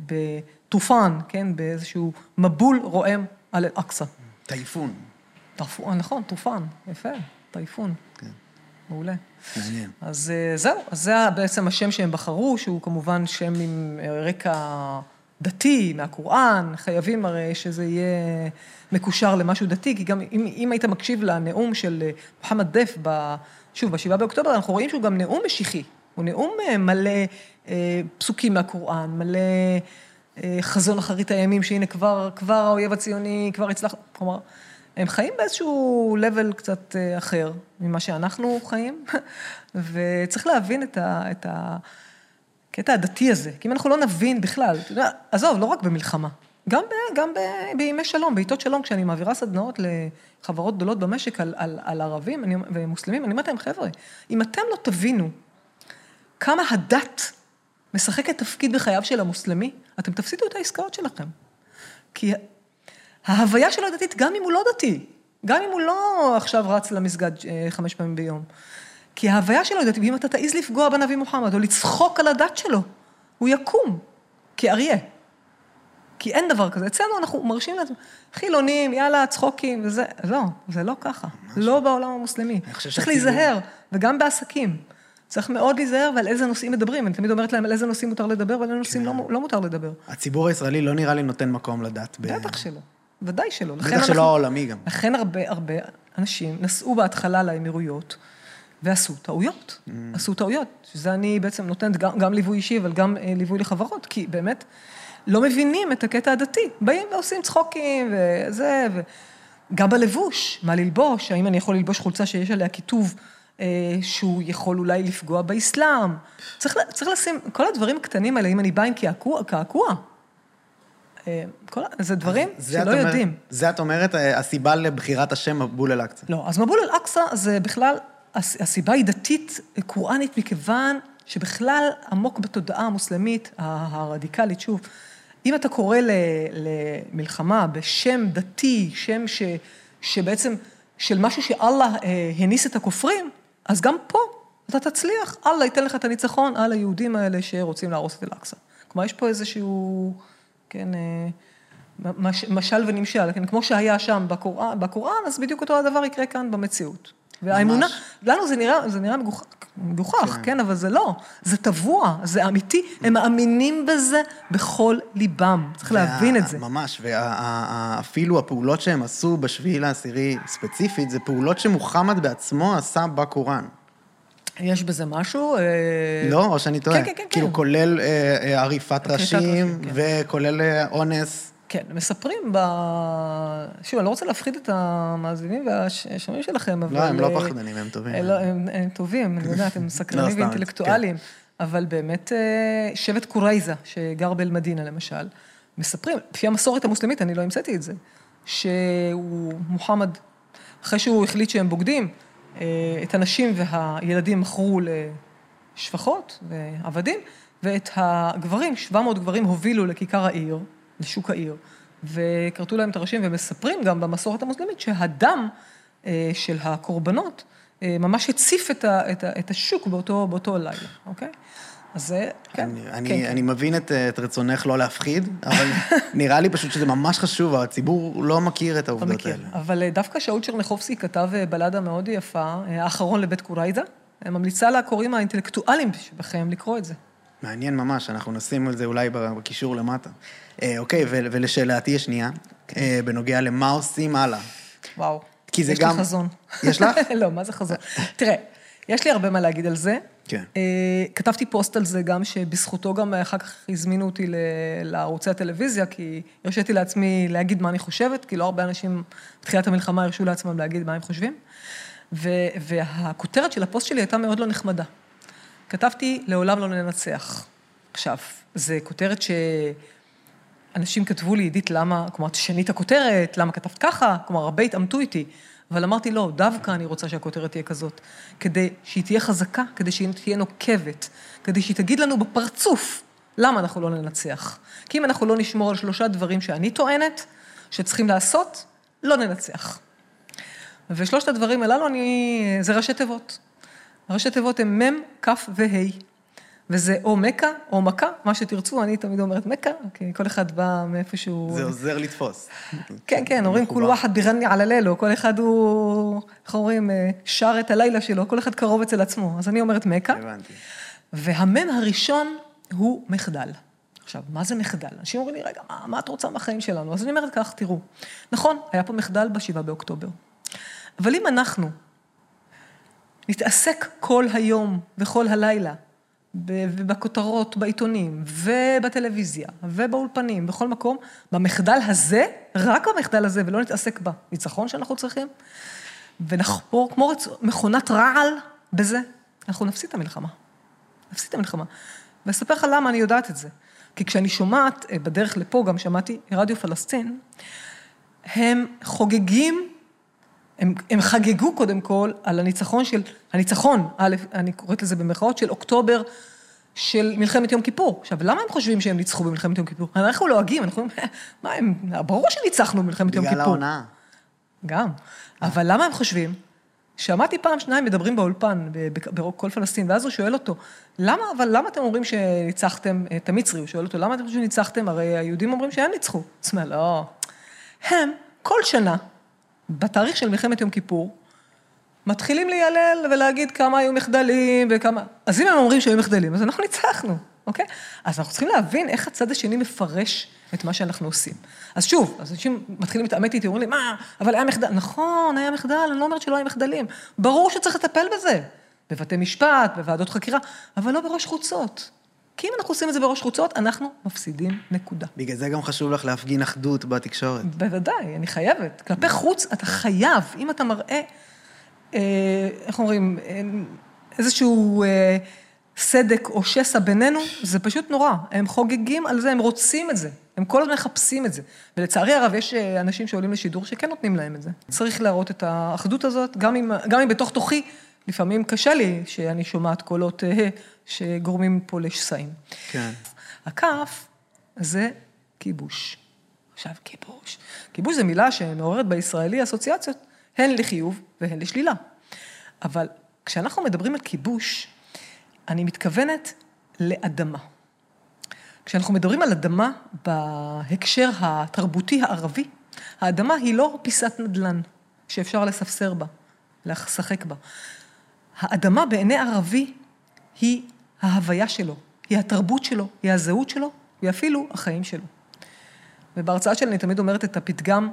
בטופן, כן, באיזשהו מבול רועם על אל-אקצא. טייפון. טייפון, נכון, טופן, יפה, טייפון. כן. מעולה. מעניין. אז זהו, אז זה בעצם השם שהם בחרו, שהוא כמובן שם עם רקע דתי, מהקוראן, חייבים הרי שזה יהיה מקושר למשהו דתי, כי גם אם, אם היית מקשיב לנאום של מוחמד דף, ב, שוב, בשבעה באוקטובר, אנחנו רואים שהוא גם נאום משיחי, הוא נאום מלא אה, פסוקים מהקוראן, מלא אה, חזון אחרית הימים, שהנה כבר, כבר האויב הציוני, כבר הצלח, כלומר, הם חיים באיזשהו לבל קצת אחר ממה שאנחנו חיים, וצריך להבין את ה... את ה הקטע הדתי הזה, כי אם אנחנו לא נבין בכלל, אתה יודע, עזוב, לא רק במלחמה, גם, ב, גם ב, בימי שלום, בעיתות שלום, כשאני מעבירה סדנאות לחברות גדולות במשק על, על, על ערבים אני, ומוסלמים, אני אומרת להם, חבר'ה, אם אתם לא תבינו כמה הדת משחקת תפקיד בחייו של המוסלמי, אתם תפסידו את העסקאות שלכם. כי ההוויה שלו דתית, גם אם הוא לא דתי, גם אם הוא לא עכשיו רץ למסגד חמש פעמים ביום, כי ההוויה שלו דתית, ואם אתה תעיז לפגוע בנביא מוחמד, או לצחוק על הדת שלו, הוא יקום, כאריה. כי אין דבר כזה. אצלנו אנחנו מרשים לעצמם, חילונים, יאללה, צחוקים, וזה, לא, זה לא ככה. לא בעולם המוסלמי. צריך להיזהר, וגם בעסקים. צריך מאוד להיזהר, ועל איזה נושאים מדברים. אני תמיד אומרת להם, על איזה נושאים מותר לדבר, ועל איזה נושאים לא מותר לדבר. הציבור הישראלי לא נראה לי נותן מקום לדת. בטח שלא. ודאי שלא. בטח שלא העולמי גם. לכן הרבה, הרבה אנשים נסעו בהתחלה לאמירויות, ועשו טעויות. Mm. עשו טעויות. שזה אני בעצם נותנת גם, גם ליווי אישי, אבל גם אה, ליווי לחברות, כי באמת לא מבינים את הקטע הדתי. באים ועושים צחוקים וזה, וגם בלבוש, מה ללבוש, האם אני יכול ללבוש חולצה שיש עליה כיתוב, אה, שהוא יכול אולי לפגוע באסלאם. צריך, צריך לשים, כל הדברים הקטנים האלה, אם אני באה עם קעקוע, קעקוע, כל... זה דברים שלא אומר, יודעים. זה את אומרת, הסיבה לבחירת השם מבול אל-אקצא. לא, אז מבול אל-אקצא זה בכלל, הסיבה היא דתית, קוראנית, מכיוון שבכלל עמוק בתודעה המוסלמית, הרדיקלית, שוב, אם אתה קורא למלחמה בשם דתי, שם ש, שבעצם של משהו שאללה הניס את הכופרים, אז גם פה אתה תצליח, אללה ייתן לך את הניצחון על היהודים האלה שרוצים להרוס את אל-אקצא. כלומר, יש פה איזשהו... כן, מש, משל ונמשל, כן, כמו שהיה שם בקוראן, בקוראן, אז בדיוק אותו הדבר יקרה כאן במציאות. והאמונה, לנו זה נראה, זה נראה מגוחך, מגוחך, כן. כן, אבל זה לא, זה טבוע, זה אמיתי, הם מאמינים בזה בכל ליבם, צריך להבין את זה. ממש, ואפילו הפעולות שהם עשו בשביעי לעשירי ספציפית, זה פעולות שמוחמד בעצמו עשה בקוראן. יש בזה משהו? לא, או שאני טועה. כן, כן, כן. כאילו כולל עריפת ראשים, וכולל אונס. כן, מספרים ב... שוב, אני לא רוצה להפחיד את המאזינים והשומעים שלכם, אבל... לא, הם לא פחדנים, הם טובים. הם טובים, אני יודעת, הם סקרנים ואינטלקטואליים, אבל באמת שבט קורייזה, שגר באל-מדינה למשל, מספרים, לפי המסורת המוסלמית, אני לא המצאתי את זה, שהוא מוחמד, אחרי שהוא החליט שהם בוגדים, את הנשים והילדים מכרו לשפחות ועבדים, ואת הגברים, שבע מאות גברים הובילו לכיכר העיר, לשוק העיר, וקרתו להם את הראשים, ומספרים גם במסורת המוסלמית שהדם של הקורבנות ממש הציף את, ה, את, ה, את השוק באותו, באותו לילה, אוקיי? אז זה, כן. אני, כן, אני, כן. אני מבין את, את רצונך לא להפחיד, אבל נראה לי פשוט שזה ממש חשוב, הציבור לא מכיר את העובדות מכיר. האלה. אבל דווקא שאול צ'רניחובסקי כתב בלדה מאוד יפה, האחרון לבית קוריידה, ממליצה לקוראים האינטלקטואלים שבכם לקרוא את זה. מעניין ממש, אנחנו נשים את זה אולי בקישור למטה. אוקיי, ולשאלתי השנייה, בנוגע למה עושים הלאה. וואו, כי זה יש גם... לי חזון. יש לך? לא, מה זה חזון? תראה, יש לי הרבה מה להגיד על זה. כן. כתבתי פוסט על זה גם, שבזכותו גם אחר כך הזמינו אותי לערוצי הטלוויזיה, כי הרשיתי לעצמי להגיד מה אני חושבת, כי לא הרבה אנשים בתחילת המלחמה הרשו לעצמם להגיד מה הם חושבים. והכותרת של הפוסט שלי הייתה מאוד לא נחמדה. כתבתי, לעולם לא ננצח. עכשיו, זו כותרת שאנשים כתבו לי, עידית, למה, כלומר, תשנית הכותרת, למה כתבת ככה? כלומר, הרבה התאמתו איתי. אבל אמרתי, לא, דווקא אני רוצה שהכותרת תהיה כזאת, כדי שהיא תהיה חזקה, כדי שהיא תהיה נוקבת, כדי שהיא תגיד לנו בפרצוף למה אנחנו לא ננצח. כי אם אנחנו לא נשמור על שלושה דברים שאני טוענת, שצריכים לעשות, לא ננצח. ושלושת הדברים הללו, אני, זה ראשי תיבות. ראשי תיבות הם מם, כף והי. וזה או מקה או מכה, מה שתרצו, אני תמיד אומרת מקה, כי כל אחד בא מאיפשהו... זה עוזר לתפוס. כן, כן, אומרים, כל ואחד בירני על הלילו, כל אחד הוא, איך אומרים, שר את הלילה שלו, כל אחד קרוב אצל עצמו. אז אני אומרת מקה. הבנתי. והמם הראשון הוא מחדל. עכשיו, מה זה מחדל? אנשים אומרים לי, רגע, מה, מה את רוצה מהחיים שלנו? אז אני אומרת כך, תראו, נכון, היה פה מחדל בשבעה באוקטובר. אבל אם אנחנו נתעסק כל היום וכל הלילה, ובכותרות, בעיתונים, ובטלוויזיה, ובאולפנים, בכל מקום, במחדל הזה, רק במחדל הזה, ולא נתעסק בניצחון שאנחנו צריכים, ונחפור כמו מכונת רעל בזה, אנחנו נפסיד את המלחמה. נפסיד את המלחמה. ואספר לך למה אני יודעת את זה. כי כשאני שומעת, בדרך לפה גם שמעתי רדיו פלסטין, הם חוגגים, הם, הם חגגו קודם כל על הניצחון של, הניצחון, א', אני קוראת לזה במרכאות, של אוקטובר של מלחמת יום כיפור. עכשיו, למה הם חושבים שהם ניצחו במלחמת יום כיפור? אנחנו לועגים, אנחנו אומרים, מה הם, ברור שניצחנו במלחמת יום כיפור. בגלל העונה. גם. אבל למה הם חושבים? שמעתי פעם שניים מדברים באולפן, בכל פלסטין, ואז הוא שואל אותו, למה, אבל למה אתם אומרים שניצחתם את המצרי? הוא שואל אותו, למה אתם חושבים שניצחתם? הרי היהודים אומרים שהם ניצחו. זאת אומרת, לא. הם, כל שנה, בתאריך של מלחמת יום כיפור, מתחילים להיעלל ולהגיד כמה היו מחדלים וכמה... אז אם הם אומרים שהיו מחדלים, אז אנחנו ניצחנו, אוקיי? אז אנחנו צריכים להבין איך הצד השני מפרש את מה שאנחנו עושים. אז שוב, אז אנשים מתחילים להתעמת איתי, אומרים לי, מה, אבל היה מחדל. נכון, היה מחדל, אני לא אומרת שלא היה מחדלים. ברור שצריך לטפל בזה, בבתי משפט, בוועדות חקירה, אבל לא בראש חוצות. כי אם אנחנו עושים את זה בראש חוצות, אנחנו מפסידים נקודה. בגלל זה גם חשוב לך להפגין אחדות בתקשורת. בוודאי, אני חייבת. כלפי חוץ, אתה חייב, אם אתה מראה, אה, איך אומרים, אה, איזשהו אה, סדק או שסע בינינו, זה פשוט נורא. הם חוגגים על זה, הם רוצים את זה. הם כל הזמן מחפשים את זה. ולצערי הרב, יש אנשים שעולים לשידור שכן נותנים להם את זה. צריך להראות את האחדות הזאת, גם אם, גם אם בתוך תוכי, לפעמים קשה לי שאני שומעת קולות אה, שגורמים פה לשסעים. כן. הכף זה כיבוש. עכשיו, כיבוש. כיבוש זה מילה שמעוררת בישראלי אסוציאציות, הן לחיוב והן לשלילה. אבל כשאנחנו מדברים על כיבוש, אני מתכוונת לאדמה. כשאנחנו מדברים על אדמה בהקשר התרבותי הערבי, האדמה היא לא פיסת נדל"ן שאפשר לספסר בה, לשחק בה. האדמה בעיני ערבי היא ההוויה שלו, היא התרבות שלו, היא הזהות שלו, היא אפילו החיים שלו. ובהרצאה שלי אני תמיד אומרת את הפתגם,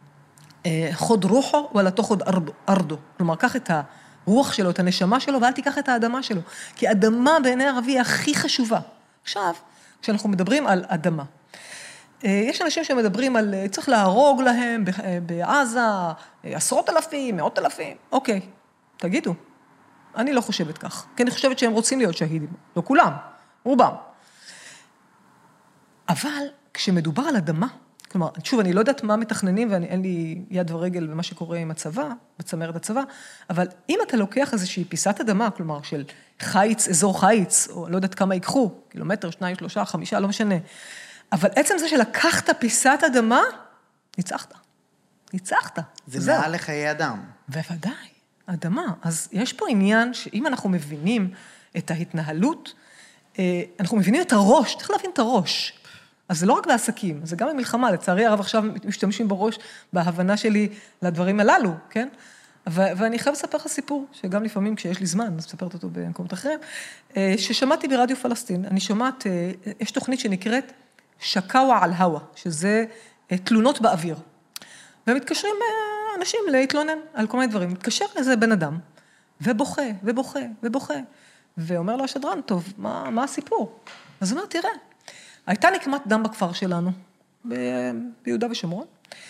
חוד רוחו ואל תחוד ארדו. כלומר, קח את הרוח שלו, את הנשמה שלו, ואל תיקח את האדמה שלו. כי אדמה בעיני ערבי היא הכי חשובה. עכשיו, כשאנחנו מדברים על אדמה, יש אנשים שמדברים על, צריך להרוג להם בעזה, עשרות אלפים, מאות אלפים. אוקיי, תגידו. אני לא חושבת כך, כי אני חושבת שהם רוצים להיות שהידים. לא כולם, רובם. אבל כשמדובר על אדמה, כלומר, שוב, אני לא יודעת מה מתכננים, ואין לי יד ורגל במה שקורה עם הצבא, בצמרת הצבא, אבל אם אתה לוקח איזושהי פיסת אדמה, כלומר, של חיץ, אזור חיץ, או לא יודעת כמה ייקחו, קילומטר, שניים, שלושה, חמישה, לא משנה, אבל עצם זה שלקחת פיסת אדמה, ניצחת. ניצחת. זה מעל לחיי אדם. בוודאי, אדמה. אז יש פה עניין שאם אנחנו מבינים את ההתנהלות, אנחנו מבינים את הראש, צריך להבין את הראש. אז זה לא רק בעסקים, זה גם במלחמה, לצערי הרב עכשיו משתמשים בראש בהבנה שלי לדברים הללו, כן? ו- ואני חייב לספר לך סיפור, שגם לפעמים כשיש לי זמן, אז מספרת אותו במקומות אחרים, ששמעתי ברדיו פלסטין, אני שומעת, יש תוכנית שנקראת שקאווה על הווה, שזה תלונות באוויר. ומתקשרים אנשים להתלונן על כל מיני דברים. מתקשר איזה בן אדם, ובוכה, ובוכה, ובוכה. ואומר לו השדרן, טוב, מה, מה הסיפור? אז הוא אומר, תראה, הייתה נקמת דם בכפר שלנו, ב- ביהודה ושומרון,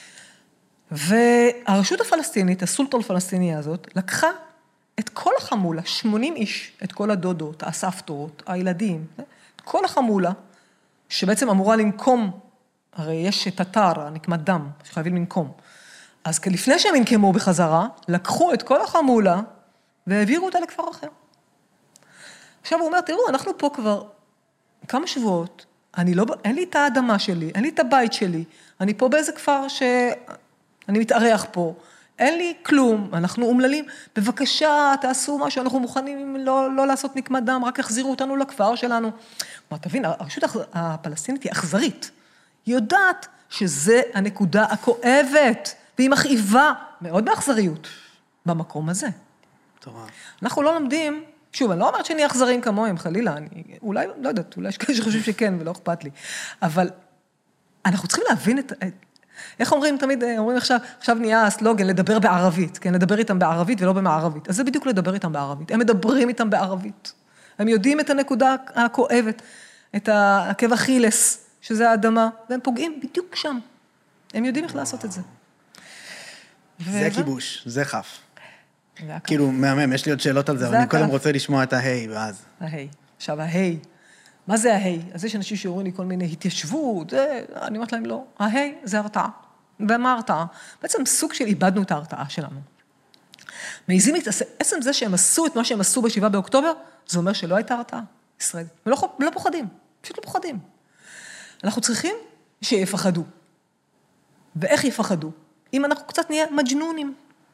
והרשות הפלסטינית, הסולטה הפלסטיניה הזאת, לקחה את כל החמולה, שמונים איש, את כל הדודות, הסבתות, הילדים, את כל החמולה, שבעצם אמורה לנקום, הרי יש את התר, נקמת דם, שחייבים לנקום. אז לפני שהם ינקמו בחזרה, לקחו את כל החמולה, והעבירו אותה לכפר אחר. עכשיו הוא אומר, תראו, אנחנו פה כבר כמה שבועות, אני לא, אין לי את האדמה שלי, אין לי את הבית שלי, אני פה באיזה כפר שאני מתארח פה, אין לי כלום, אנחנו אומללים, בבקשה, תעשו משהו, אנחנו מוכנים לא, לא לעשות נקמת דם, רק יחזירו אותנו לכפר שלנו. מה, תבין, הרשות הפלסטינית היא אכזרית, היא יודעת שזה הנקודה הכואבת, והיא מכאיבה מאוד באכזריות במקום הזה. טוב. אנחנו לא לומדים, שוב, אני לא אומרת שאני אכזרים כמוהם, חלילה, אני, אולי, לא יודעת, אולי יש כאלה שחושבים שכן ולא אכפת לי, אבל אנחנו צריכים להבין את, איך אומרים תמיד, אומרים עכשיו, עכשיו נהיה הסלוגן, לדבר בערבית, כן, לדבר איתם בערבית ולא במערבית, אז זה בדיוק לדבר איתם בערבית, הם מדברים איתם בערבית, הם יודעים את הנקודה הכואבת, את העקב אכילס, שזה האדמה, והם פוגעים בדיוק שם, הם יודעים איך לעשות את זה. זה כיבוש, זה חף. כאילו, מהמם, יש לי עוד שאלות על זה, אבל אני קודם רוצה לשמוע את ההי, ואז. ההי. עכשיו, ההי. מה זה ההי? אז יש אנשים שאומרים לי כל מיני התיישבות, אני אומרת להם לא. ההי זה הרתעה. ומה הרתעה? בעצם סוג של איבדנו את ההרתעה שלנו. מעיזים להתעסק, עצם זה שהם עשו את מה שהם עשו בשבעה באוקטובר, זה אומר שלא הייתה הרתעה, ישראל. ולא לא פוחדים, פשוט לא פוחדים. אנחנו צריכים שיפחדו. ואיך יפחדו? אם אנחנו קצת נהיה מג'נונים.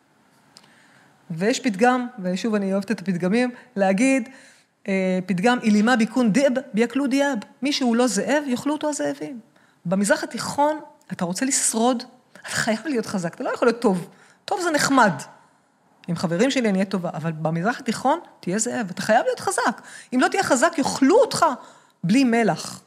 ויש פתגם, ושוב אני אוהבת את הפתגמים, להגיד, פתגם, אילימה ביקון דיאב, ביקלו דיאב. מי שהוא לא זאב, יאכלו אותו הזאבים. במזרח התיכון, אתה רוצה לשרוד, אתה חייב להיות חזק, אתה לא יכול להיות טוב. טוב זה נחמד. עם חברים שלי אני אהיה טובה, אבל במזרח התיכון תהיה זאב, אתה חייב להיות חזק. אם לא תהיה חזק, יאכלו אותך בלי מלח.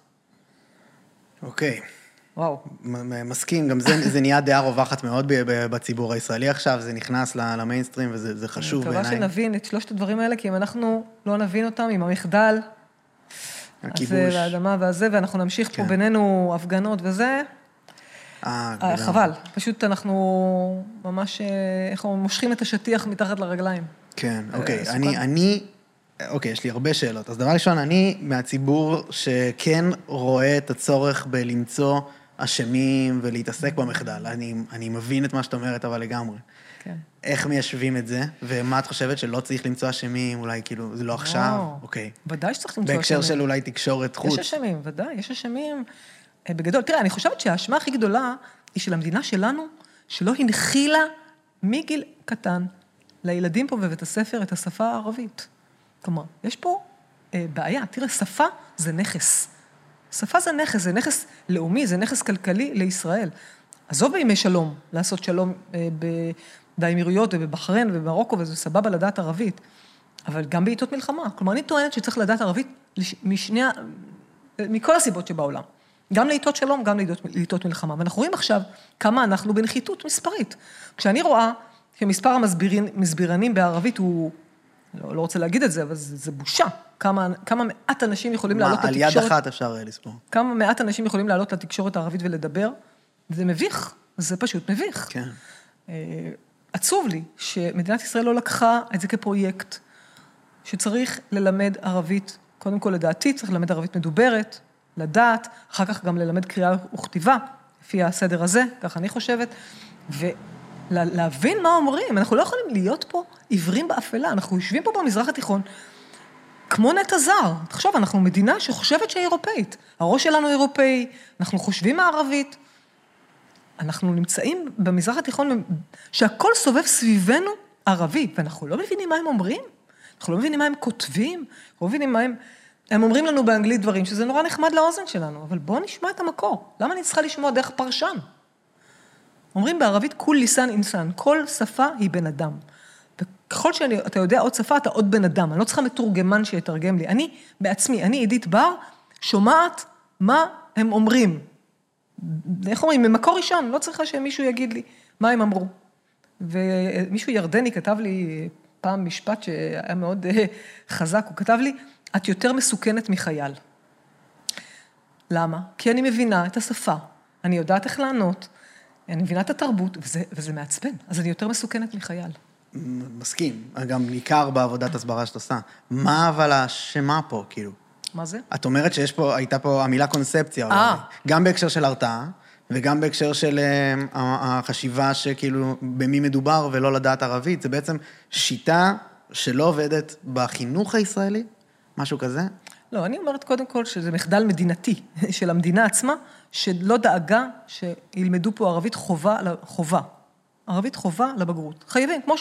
אוקיי. וואו. מסכים, גם זה, זה נהיה דעה רווחת מאוד בציבור הישראלי עכשיו, זה נכנס למיינסטרים וזה חשוב בעיניי. אני מקווה שנבין את שלושת הדברים האלה, כי אם אנחנו לא נבין אותם, עם המחדל, הכיבוש. הזה, האדמה והזה, ואנחנו נמשיך פה בינינו הפגנות וזה, חבל. פשוט אנחנו ממש, איך אומרים, מושכים את השטיח מתחת לרגליים. כן, אוקיי. אני, אני, אוקיי, יש לי הרבה שאלות. אז דבר ראשון, אני מהציבור שכן רואה את הצורך בלמצוא אשמים ולהתעסק במחדל. אני, אני מבין את מה שאת אומרת, אבל לגמרי. כן. איך מיישבים את זה? ומה את חושבת שלא צריך למצוא אשמים? אולי כאילו, זה לא עכשיו? אוקיי. ודאי שצריך למצוא אשמים. בהקשר של אולי תקשורת חוץ. יש אשמים, ודאי, יש אשמים. בגדול, תראה, אני חושבת שהאשמה הכי גדולה היא של המדינה שלנו, שלא הנחילה מגיל קטן לילדים פה בבית הספר את השפה הערבית. כלומר, יש פה אה, בעיה. תראה, שפה זה נכס. שפה זה נכס, זה נכס לאומי, זה נכס כלכלי לישראל. עזוב בימי שלום, לעשות שלום אה, באמירויות ובבחריין ובמרוקו, וזה סבבה לדעת ערבית, אבל גם בעיתות מלחמה. כלומר, אני טוענת שצריך לדעת ערבית משני, מכל הסיבות שבעולם. גם לעיתות שלום, גם לעיתות מלחמה. ואנחנו רואים עכשיו כמה אנחנו בנחיתות מספרית. כשאני רואה שמספר המסבירנים בערבית הוא, לא, לא רוצה להגיד את זה, אבל זה, זה בושה. כמה, כמה מעט אנשים יכולים לעלות לתקשורת. על יד אחת אפשר לספור. כמה מעט אנשים יכולים לעלות לתקשורת הערבית ולדבר. זה מביך, זה פשוט מביך. כן. עצוב לי שמדינת ישראל לא לקחה את זה כפרויקט, שצריך ללמד ערבית, קודם כל לדעתי צריך ללמד ערבית מדוברת, לדעת, אחר כך גם ללמד קריאה וכתיבה, לפי הסדר הזה, ככה אני חושבת, ולהבין מה אומרים. אנחנו לא יכולים להיות פה עיוורים באפלה, אנחנו יושבים פה במזרח התיכון, כמו נטע זר. תחשוב, אנחנו מדינה שחושבת שהיא אירופאית. הראש שלנו אירופאי, אנחנו חושבים מערבית, אנחנו נמצאים במזרח התיכון, שהכל סובב סביבנו ערבי, ואנחנו לא מבינים מה הם אומרים, אנחנו לא מבינים מה הם כותבים, אנחנו לא מבינים מה הם... הם אומרים לנו באנגלית דברים, שזה נורא נחמד לאוזן שלנו, אבל בואו נשמע את המקור. למה אני צריכה לשמוע דרך פרשן? אומרים בערבית, כול ליסן אינסן, כל שפה היא בן אדם. וככל שאתה יודע עוד שפה, אתה עוד בן אדם. אני לא צריכה מתורגמן שיתרגם לי. אני בעצמי, אני עידית בר, שומעת מה הם אומרים. איך אומרים? ממקור ראשון, לא צריכה שמישהו יגיד לי מה הם אמרו. ומישהו ירדני כתב לי פעם משפט שהיה מאוד חזק, הוא כתב לי, את יותר מסוכנת מחייל. למה? כי אני מבינה את השפה, אני יודעת איך לענות, אני מבינה את התרבות, וזה, וזה מעצבן, אז אני יותר מסוכנת מחייל. מסכים, גם ניכר בעבודת הסברה שאת עושה. מה אבל השמה פה, כאילו? מה זה? את אומרת שיש פה, הייתה פה המילה קונספציה, אה. גם בהקשר של הרתעה, וגם בהקשר של החשיבה שכאילו במי מדובר ולא לדעת ערבית, זה בעצם שיטה שלא עובדת בחינוך הישראלי, משהו כזה? לא, אני אומרת קודם כל שזה מחדל מדינתי של המדינה עצמה, שלא דאגה שילמדו פה ערבית חובה, חובה. ערבית חובה לבגרות. חייבים, כמו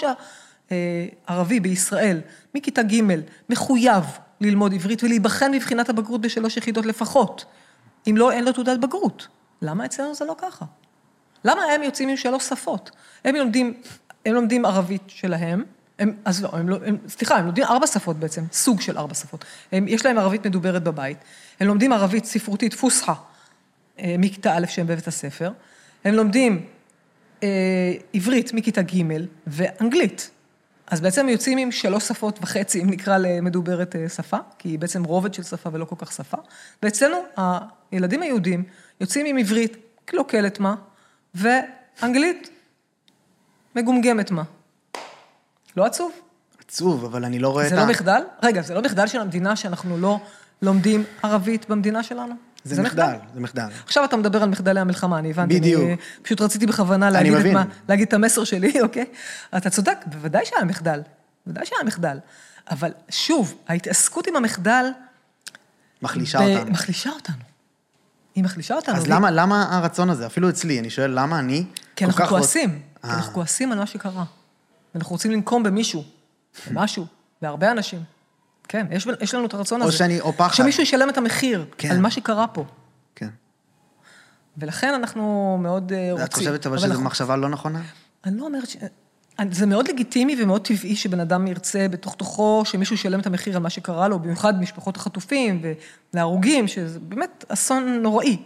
שהערבי בישראל, מכיתה ג' מחויב ללמוד עברית ולהיבחן בבחינת הבגרות בשלוש יחידות לפחות, אם לא, אין לו תעודת בגרות. למה אצלנו זה לא ככה? למה הם יוצאים עם שלוש שפות? הם לומדים, הם לומדים ערבית שלהם, הם, אז לא, הם, הם, סליחה, הם לומדים ארבע שפות בעצם, סוג של ארבע שפות. הם, יש להם ערבית מדוברת בבית, הם לומדים ערבית ספרותית פוסחה, מכיתה א' שהם בבית הספר, הם לומדים אה, עברית מכיתה ג' ואנגלית. אז בעצם הם יוצאים עם שלוש שפות וחצי, אם נקרא למדוברת שפה, כי היא בעצם רובד של שפה ולא כל כך שפה. ואצלנו, הילדים היהודים יוצאים עם עברית קלוקלת מה, ואנגלית מגומגמת מה. לא עצוב? עצוב, אבל אני לא רואה את ה... זה לא מחדל? רגע, זה לא מחדל של המדינה שאנחנו לא לומדים ערבית במדינה שלנו? זה מחדל, זה מחדל. עכשיו אתה מדבר על מחדלי המלחמה, אני הבנתי. בדיוק. פשוט רציתי בכוונה להגיד את מה, להגיד את המסר שלי, אוקיי? אתה צודק, בוודאי שהיה מחדל. בוודאי שהיה מחדל. אבל שוב, ההתעסקות עם המחדל... מחלישה אותנו. מחלישה אותנו. היא מחלישה אותנו. אז למה, למה הרצון הזה? אפילו אצלי, אני שואל, למה אני... כי אנחנו כועסים. כי אנחנו כועסים על מה שקרה. ואנחנו רוצים לנקום במישהו, במשהו, בהרבה אנשים. כן, יש, יש לנו את הרצון הזה. או שאני, או פחד. שמישהו ישלם את המחיר כן. על מה שקרה פה. כן. ולכן אנחנו מאוד רוצים. את חושבת אבל שזו מחשבה לא נכונה? אני לא אומרת ש... זה מאוד לגיטימי ומאוד טבעי שבן אדם ירצה בתוך תוכו שמישהו ישלם את המחיר על מה שקרה לו, במיוחד משפחות החטופים ולהרוגים, שזה באמת אסון נוראי.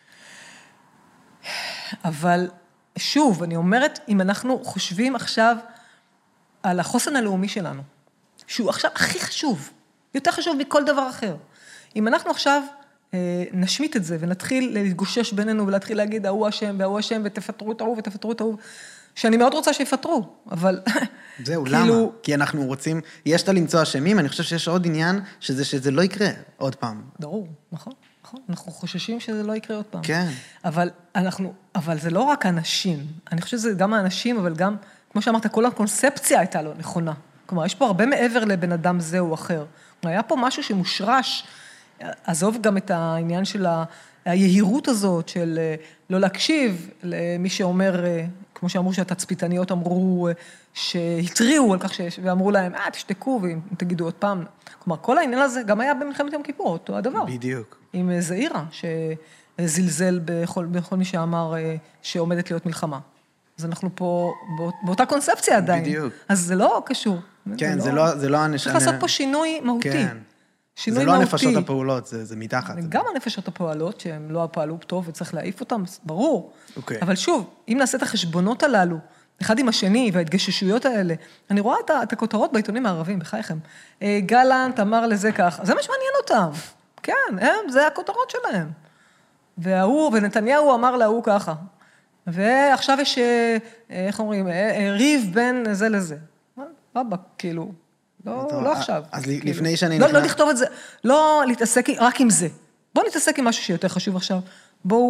אבל שוב, אני אומרת, אם אנחנו חושבים עכשיו על החוסן הלאומי שלנו, שהוא עכשיו הכי חשוב, יותר חשוב מכל דבר אחר. אם אנחנו עכשיו אה, נשמיט את זה ונתחיל להתגושש בינינו ולהתחיל להגיד, ההוא השם וההוא השם ותפטרו את ההוא ותפטרו את ההוא, שאני מאוד רוצה שיפטרו, אבל... זהו, כאילו... למה? כי אנחנו רוצים, יש את למצוא אשמים, אני חושב שיש עוד עניין שזה, שזה לא יקרה עוד פעם. ברור, נכון, נכון. אנחנו חוששים שזה לא יקרה עוד פעם. כן. אבל אנחנו, אבל זה לא רק אנשים. אני חושבת שזה גם האנשים, אבל גם, כמו שאמרת, כל הקונספציה הייתה לא נכונה. כלומר, יש פה הרבה מעבר לבן אדם זה או אחר. היה פה משהו שמושרש, עזוב גם את העניין של היהירות הזאת, של לא להקשיב למי שאומר, כמו שאמרו שהתצפיתניות אמרו, שהתריעו על כך, ואמרו להם, אה, תשתקו, ואם תגידו עוד פעם. כלומר, כל העניין הזה גם היה במלחמת יום כיפור, אותו הדבר. בדיוק. עם זעירה, שזלזל בכל, בכל מי שאמר שעומדת להיות מלחמה. אז אנחנו פה באותה קונספציה עדיין. בדיוק. אז זה לא קשור. כן, זה לא, זה לא הנש... צריך לעשות פה שינוי מהותי. כן. שינוי זה לא מהותי. הנפשות הפעולות, זה, זה מתחת. גם הנפשות הפועלות, שהן לא פעלו טוב וצריך להעיף אותן, ברור. אוקיי. אבל שוב, אם נעשה את החשבונות הללו, אחד עם השני וההתגששויות האלה, אני רואה את, את הכותרות בעיתונים הערבים, בחייכם. גלנט אמר לזה כך, זה מה שמעניין אותם. כן, הם, זה הכותרות שלהם. והוא, ונתניהו אמר להוא ככה. ועכשיו יש, איך אומרים, ריב בין זה לזה. רבא, כאילו, לא, לא עכשיו. אז כאילו. לפני שאני לא, נכנס... לא לכתוב את זה, לא להתעסק רק עם זה. בואו נתעסק עם משהו שיותר חשוב עכשיו. בואו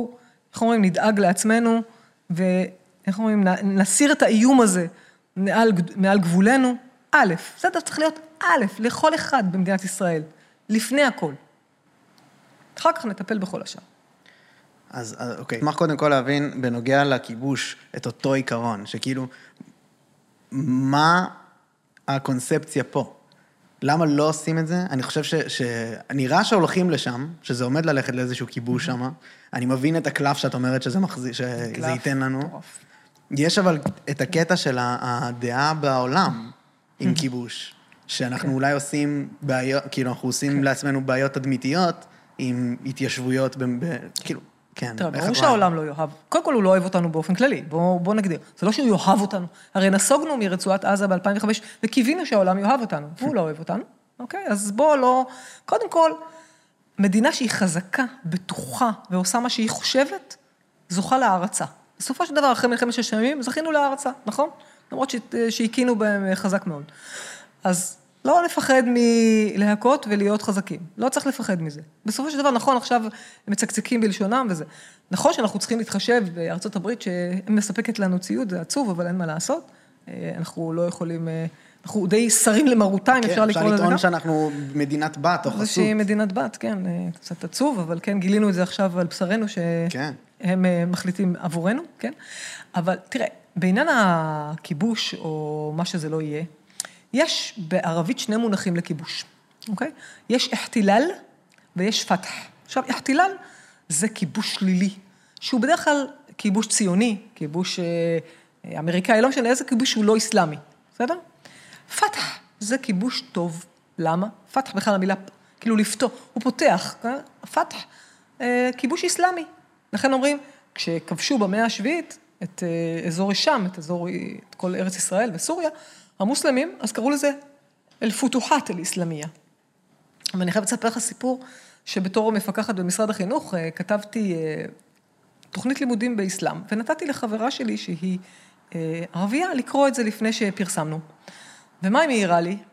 איך אומרים, נדאג לעצמנו, ואיך אומרים, נסיר את האיום הזה מעל, מעל גבולנו, א', זה צריך להיות א', לכל אחד במדינת ישראל, לפני הכל. אחר כך נטפל בכל השאר. אז אוקיי, אשמח קודם כל להבין בנוגע לכיבוש את אותו עיקרון, שכאילו, מה הקונספציה פה? למה לא עושים את זה? אני חושב ש... שנראה שהולכים לשם, שזה עומד ללכת לאיזשהו כיבוש שם, אני מבין את הקלף שאת אומרת שזה מחזיר, שזה ייתן לנו. יש אבל את הקטע של הדעה בעולם עם כיבוש, שאנחנו אולי עושים בעיות, כאילו אנחנו עושים לעצמנו בעיות תדמיתיות עם התיישבויות, כאילו, כן. תראה, ברור שהעולם לא יאהב. קודם כל הוא לא אוהב אותנו באופן כללי, בואו נגדיר. זה לא שהוא יאהב אותנו. הרי נסוגנו מרצועת עזה ב-אלפיים וחמש, וקיווינו שהעולם יאהב אותנו, והוא לא אוהב אותנו, אוקיי? אז בואו לא... קודם כל, מדינה שהיא חזקה, בטוחה, ועושה מה שהיא חושבת, זוכה להערצה. בסופו של דבר, אחרי מלחמת ששת הימים, זכינו להערצה, נכון? למרות שהקינו בהם חזק מאוד. אז לא לפחד מלהכות ולהיות חזקים. לא צריך לפחד מזה. בסופו של דבר, נכון, עכשיו הם מצקצקים בלשונם וזה. נכון שאנחנו צריכים להתחשב בארצות הברית, שמספקת לנו ציוד, זה עצוב, אבל אין מה לעשות. אנחנו לא יכולים, אנחנו די שרים למרותה, אם אפשר לקרוא לזה. אפשר לטעון שאנחנו מדינת בת או חסות. זה שהיא מדינת בת, כן, קצת עצוב, אבל כן, גילינו את זה עכשיו על בשרנו, שהם מחליטים עבורנו, כן? אבל תראה, בעניין הכיבוש, או מה שזה לא יהיה, יש בערבית שני מונחים לכיבוש, אוקיי? יש ihtilal ויש פתח. עכשיו, ihtilal זה כיבוש שלילי, שהוא בדרך כלל כיבוש ציוני, כיבוש אה, אמריקאי, לא משנה איזה כיבוש הוא לא אסלאמי, בסדר? פתח זה כיבוש טוב, למה? פתח בכלל המילה, כאילו לפתוח, הוא פותח, אה? פתח, אה, כיבוש אסלאמי. לכן אומרים, כשכבשו במאה השביעית את אה, אזור שם, את אזור, את כל ארץ ישראל וסוריה, המוסלמים, אז קראו לזה אל-פותוחת אל-אסלאמיה. ואני חייבת לספר לך סיפור, שבתור מפקחת במשרד החינוך, כתבתי תוכנית לימודים באסלאם, ונתתי לחברה שלי, שהיא ערבייה, לקרוא את זה לפני שפרסמנו. ומה היא מעירה לי?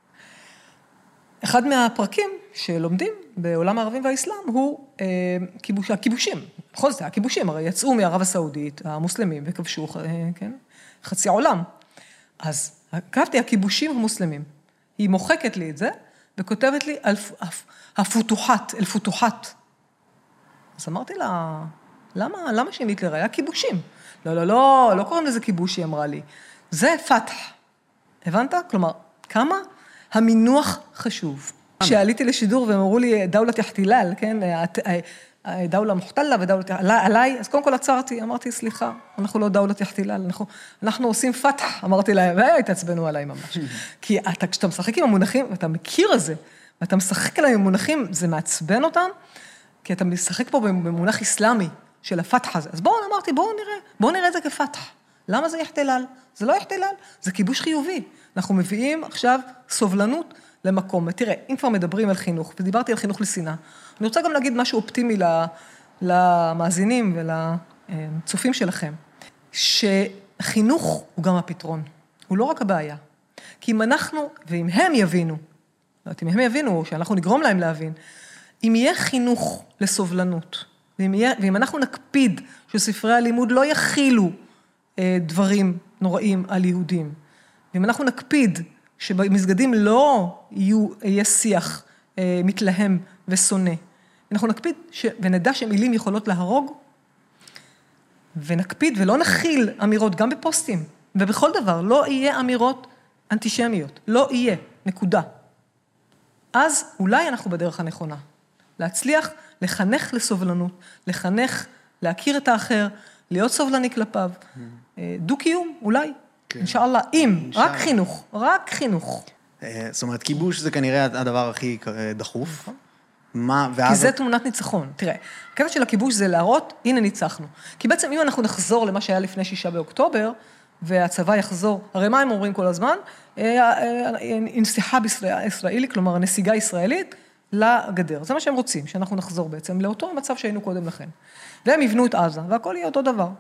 אחד מהפרקים שלומדים בעולם הערבים והאסלאם, הוא כיבוש, הכיבושים. בכל זאת, הכיבושים, הרי יצאו מערב הסעודית, המוסלמים, וכבשו, כן? חצי עולם. אז כתבתי, הכיבושים המוסלמים. היא מוחקת לי את זה, וכותבת לי, הפותוחת, אל-פותוחת. אז אמרתי לה, למה, למה שינית לראה? הכיבושים. לא, לא, לא, לא קוראים לזה כיבוש, היא אמרה לי. זה פתח. הבנת? כלומר, כמה המינוח חשוב. כשעליתי לשידור והם אמרו לי, דאולת ihtilal, כן? דאולה מוחתלה ודאולת עליי, אז קודם כל עצרתי, אמרתי, סליחה, אנחנו לא דאולת ihtilal, אנחנו, אנחנו עושים פתח, אמרתי להם, והתעצבנו עליי ממש. כי אתה, כשאתה משחק עם המונחים, ואתה מכיר את זה, ואתה משחק עליהם עם המונחים, זה מעצבן אותם, כי אתה משחק פה במונח אסלאמי של הפתח הזה. אז בואו, אמרתי, בואו נראה, בואו נראה את זה כפתח. למה זה ihtilal? זה לא ihtilal, זה כיבוש חיובי. אנחנו מביאים עכשיו סובלנות למקום. ותראה, אם כבר מדברים על חינוך, ודיברתי על חינוך לשנאה, אני רוצה גם להגיד משהו אופטימי למאזינים ולצופים שלכם, שחינוך הוא גם הפתרון, הוא לא רק הבעיה. כי אם אנחנו, ואם הם יבינו, לא יודעת, אם הם יבינו, שאנחנו נגרום להם להבין, אם יהיה חינוך לסובלנות, ואם, יהיה, ואם אנחנו נקפיד שספרי הלימוד לא יכילו דברים נוראים על יהודים, ואם אנחנו נקפיד שבמסגדים לא יהיו, יהיה שיח אה, מתלהם ושונא. אנחנו נקפיד ש... ונדע שמילים יכולות להרוג, ונקפיד ולא נכיל אמירות, גם בפוסטים, ובכל דבר, לא יהיה אמירות אנטישמיות, לא יהיה, נקודה. אז אולי אנחנו בדרך הנכונה. להצליח, לחנך לסובלנות, לחנך, להכיר את האחר, להיות סובלני כלפיו. דו-קיום, אולי. אינשאללה, אם, רק חינוך, רק חינוך. זאת אומרת, כיבוש זה כנראה הדבר הכי דחוף. כי זה תמונת ניצחון. תראה, הקטע של הכיבוש זה להראות, הנה ניצחנו. כי בעצם אם אנחנו נחזור למה שהיה לפני שישה באוקטובר, והצבא יחזור, הרי מה הם אומרים כל הזמן? נסיחה בישראלית, כלומר, נסיגה ישראלית לגדר. זה מה שהם רוצים, שאנחנו נחזור בעצם לאותו המצב שהיינו קודם לכן. והם יבנו את עזה, והכל יהיה אותו דבר.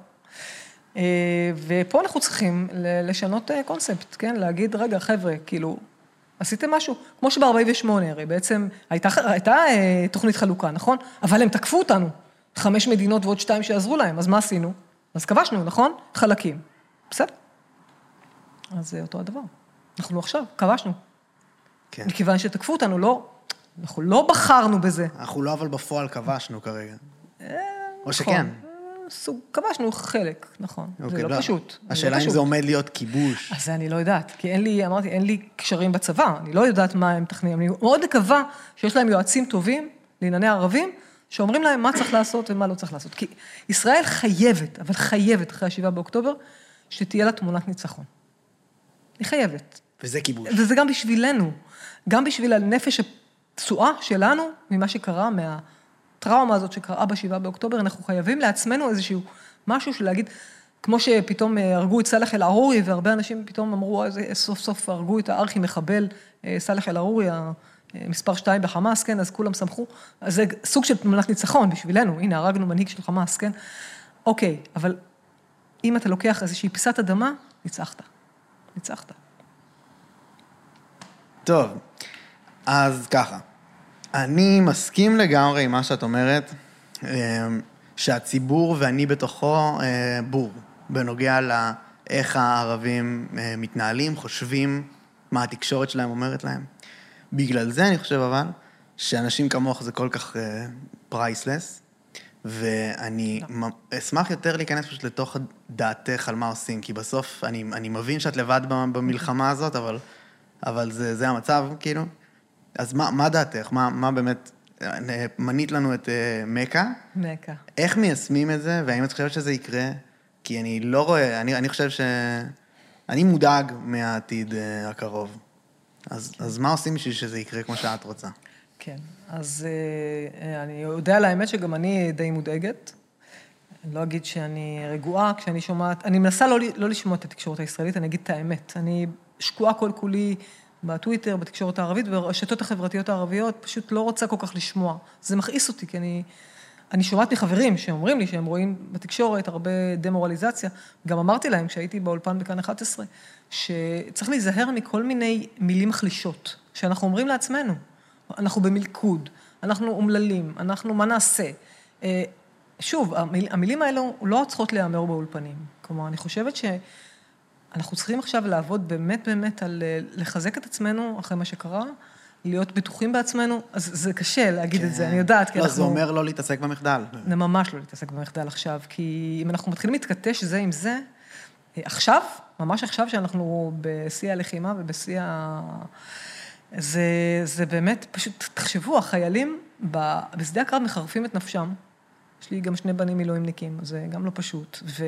ופה אנחנו צריכים לשנות קונספט, כן? להגיד, רגע, חבר'ה, כאילו, עשיתם משהו? כמו שב-ארבעים ושמונה, הרי בעצם הייתה, הייתה תוכנית חלוקה, נכון? אבל הם תקפו אותנו. חמש מדינות ועוד שתיים שעזרו להם, אז מה עשינו? אז כבשנו, נכון? חלקים. בסדר. אז זה אותו הדבר. אנחנו עכשיו, כבשנו. כן. מכיוון שתקפו אותנו, לא, אנחנו לא בחרנו בזה. אנחנו לא אבל בפועל כבשנו כרגע. או נכון. שכן. סוג, כבשנו חלק, נכון. אוקיי, זה לא, לא פשוט. השאלה לא אם פשוט. זה עומד להיות כיבוש. אז זה אני לא יודעת, כי אין לי, אמרתי, אין לי קשרים בצבא, אני לא יודעת מה הם תכננים. אני מאוד מקווה שיש להם יועצים טובים לענייני ערבים, שאומרים להם מה צריך לעשות ומה לא צריך לעשות. כי ישראל חייבת, אבל חייבת אחרי השבעה באוקטובר, שתהיה לה תמונת ניצחון. היא חייבת. וזה כיבוש. וזה גם בשבילנו, גם בשביל הנפש הפצועה שלנו, ממה שקרה, מהטראומה הזאת שקרה בשבעה באוקטובר, אנחנו חייבים לעצמנו איזשהו משהו של להגיד, כמו שפתאום הרגו את סלח אל-ערורי, והרבה אנשים פתאום אמרו, סוף סוף הרגו את הארכי מחבל, סלח אל-ערורי, מספר שתיים בחמאס, כן, אז כולם שמחו. אז זה סוג של תמונת ניצחון בשבילנו, הנה, הרגנו מנהיג של חמאס, כן? אוקיי, אבל אם אתה לוקח איזושהי פיסת אדמה, ניצחת. ניצחת. טוב, אז ככה. אני מסכים לגמרי עם מה שאת אומרת, שהציבור ואני בתוכו בור, בנוגע לאיך הערבים מתנהלים, חושבים, מה התקשורת שלהם אומרת להם. בגלל זה אני חושב אבל, שאנשים כמוך זה כל כך פרייסלס, ואני אשמח יותר להיכנס פשוט לתוך דעתך על מה עושים, כי בסוף אני, אני מבין שאת לבד במלחמה הזאת, אבל, אבל זה, זה המצב, כאילו. אז מה, מה דעתך? מה, מה באמת, מנית לנו את מקה? מקה. איך מיישמים את זה, והאם את חושבת שזה יקרה? כי אני לא רואה, אני, אני חושב ש... אני מודאג מהעתיד הקרוב. אז, אז מה עושים בשביל שזה יקרה כמו שאת רוצה? כן, אז אני יודע על האמת שגם אני די מודאגת. אני לא אגיד שאני רגועה כשאני שומעת, אני מנסה לא, לא לשמוע את התקשורת הישראלית, אני אגיד את האמת. אני שקועה כל כולי בטוויטר, בתקשורת הערבית, ברשתות החברתיות הערביות, פשוט לא רוצה כל כך לשמוע. זה מכעיס אותי, כי אני, אני שומעת מחברים שאומרים לי שהם רואים בתקשורת הרבה דמורליזציה. גם אמרתי להם, כשהייתי באולפן בכאן אחת עשרה, שצריך להיזהר מכל מיני מילים מחלישות, שאנחנו אומרים לעצמנו. אנחנו במלכוד, אנחנו אומללים, אנחנו מה נעשה. שוב, המילים האלו לא צריכות להיאמר באולפנים. כלומר, אני חושבת שאנחנו צריכים עכשיו לעבוד באמת באמת על לחזק את עצמנו אחרי מה שקרה, להיות בטוחים בעצמנו, אז זה קשה להגיד את זה, אני יודעת, כי לא, אנחנו... זה אומר לא להתעסק במחדל. זה ממש לא להתעסק במחדל עכשיו, כי אם אנחנו מתחילים להתכתש זה עם זה, עכשיו, ממש עכשיו שאנחנו בשיא הלחימה ובשיא ה... זה, זה באמת, פשוט תחשבו, החיילים בשדה הקרב מחרפים את נפשם. יש לי גם שני בנים מילואימניקים, אז זה גם לא פשוט. ו,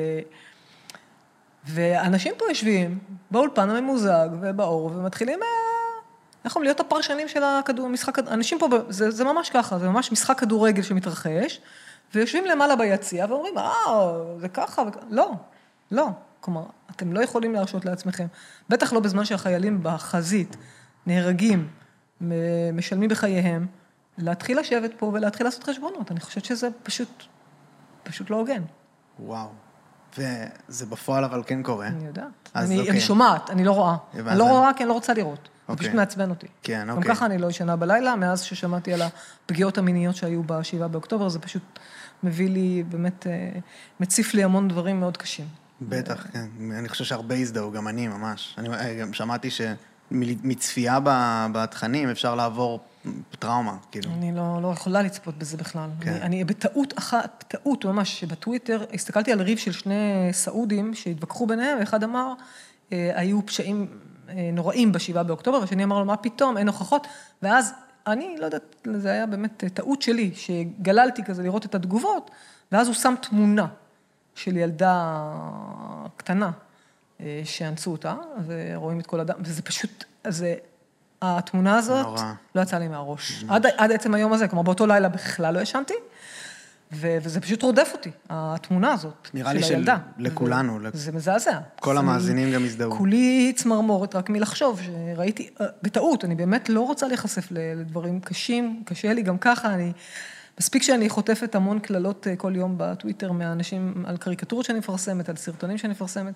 ואנשים פה יושבים באולפן הממוזג ובאור, ומתחילים, איך אומרים, להיות הפרשנים של הכדור, משחק, אנשים פה, זה, זה ממש ככה, זה ממש משחק כדורגל שמתרחש, ויושבים למעלה ביציע ואומרים, אה, זה ככה, וכ... לא, לא. כלומר, אתם לא יכולים להרשות לעצמכם. בטח לא בזמן שהחיילים בחזית נהרגים, משלמים בחייהם, להתחיל לשבת פה ולהתחיל לעשות חשבונות. אני חושבת שזה פשוט, פשוט לא הוגן. וואו. וזה בפועל אבל כן קורה. אני יודעת. אז אני, אוקיי. אני שומעת, אני לא רואה. אני לא רואה כי אני לא רוצה לראות. זה אוקיי. פשוט מעצבן אותי. כן, גם אוקיי. ככה אני לא ישנה בלילה, מאז ששמעתי על הפגיעות המיניות שהיו בשבעה באוקטובר, זה פשוט מביא לי, באמת, מציף לי המון דברים מאוד קשים. בטח, כן. אני חושב שהרבה הזדהו, גם אני ממש. אני גם שמעתי שמצפייה בתכנים אפשר לעבור טראומה, כאילו. אני לא, לא יכולה לצפות בזה בכלל. כן. אני, אני בטעות אחת, טעות ממש, שבטוויטר הסתכלתי על ריב של שני סעודים שהתווכחו ביניהם, ואחד אמר, היו פשעים נוראים בשבעה באוקטובר, והשני אמר לו, מה פתאום, אין הוכחות, ואז אני לא יודעת, זה היה באמת טעות שלי, שגללתי כזה לראות את התגובות, ואז הוא שם תמונה של ילדה קטנה, שאנסו אותה, ורואים את כל אדם, וזה פשוט, זה, התמונה הזאת נורא. לא יצאה לי מהראש. עד, עד עצם היום הזה, כלומר, באותו לילה בכלל לא ישנתי, ו- וזה פשוט רודף אותי, התמונה הזאת נראה של לי הילדה. שלכולנו. ו- זה מזעזע. כל המאזינים גם הזדהו. כולי צמרמורת רק מלחשוב, שראיתי, בטעות, אני באמת לא רוצה להיחשף לדברים קשים, קשה לי גם ככה, אני... מספיק שאני חוטפת המון כללות כל יום בטוויטר מהאנשים על קריקטורות שאני מפרסמת, על סרטונים שאני מפרסמת.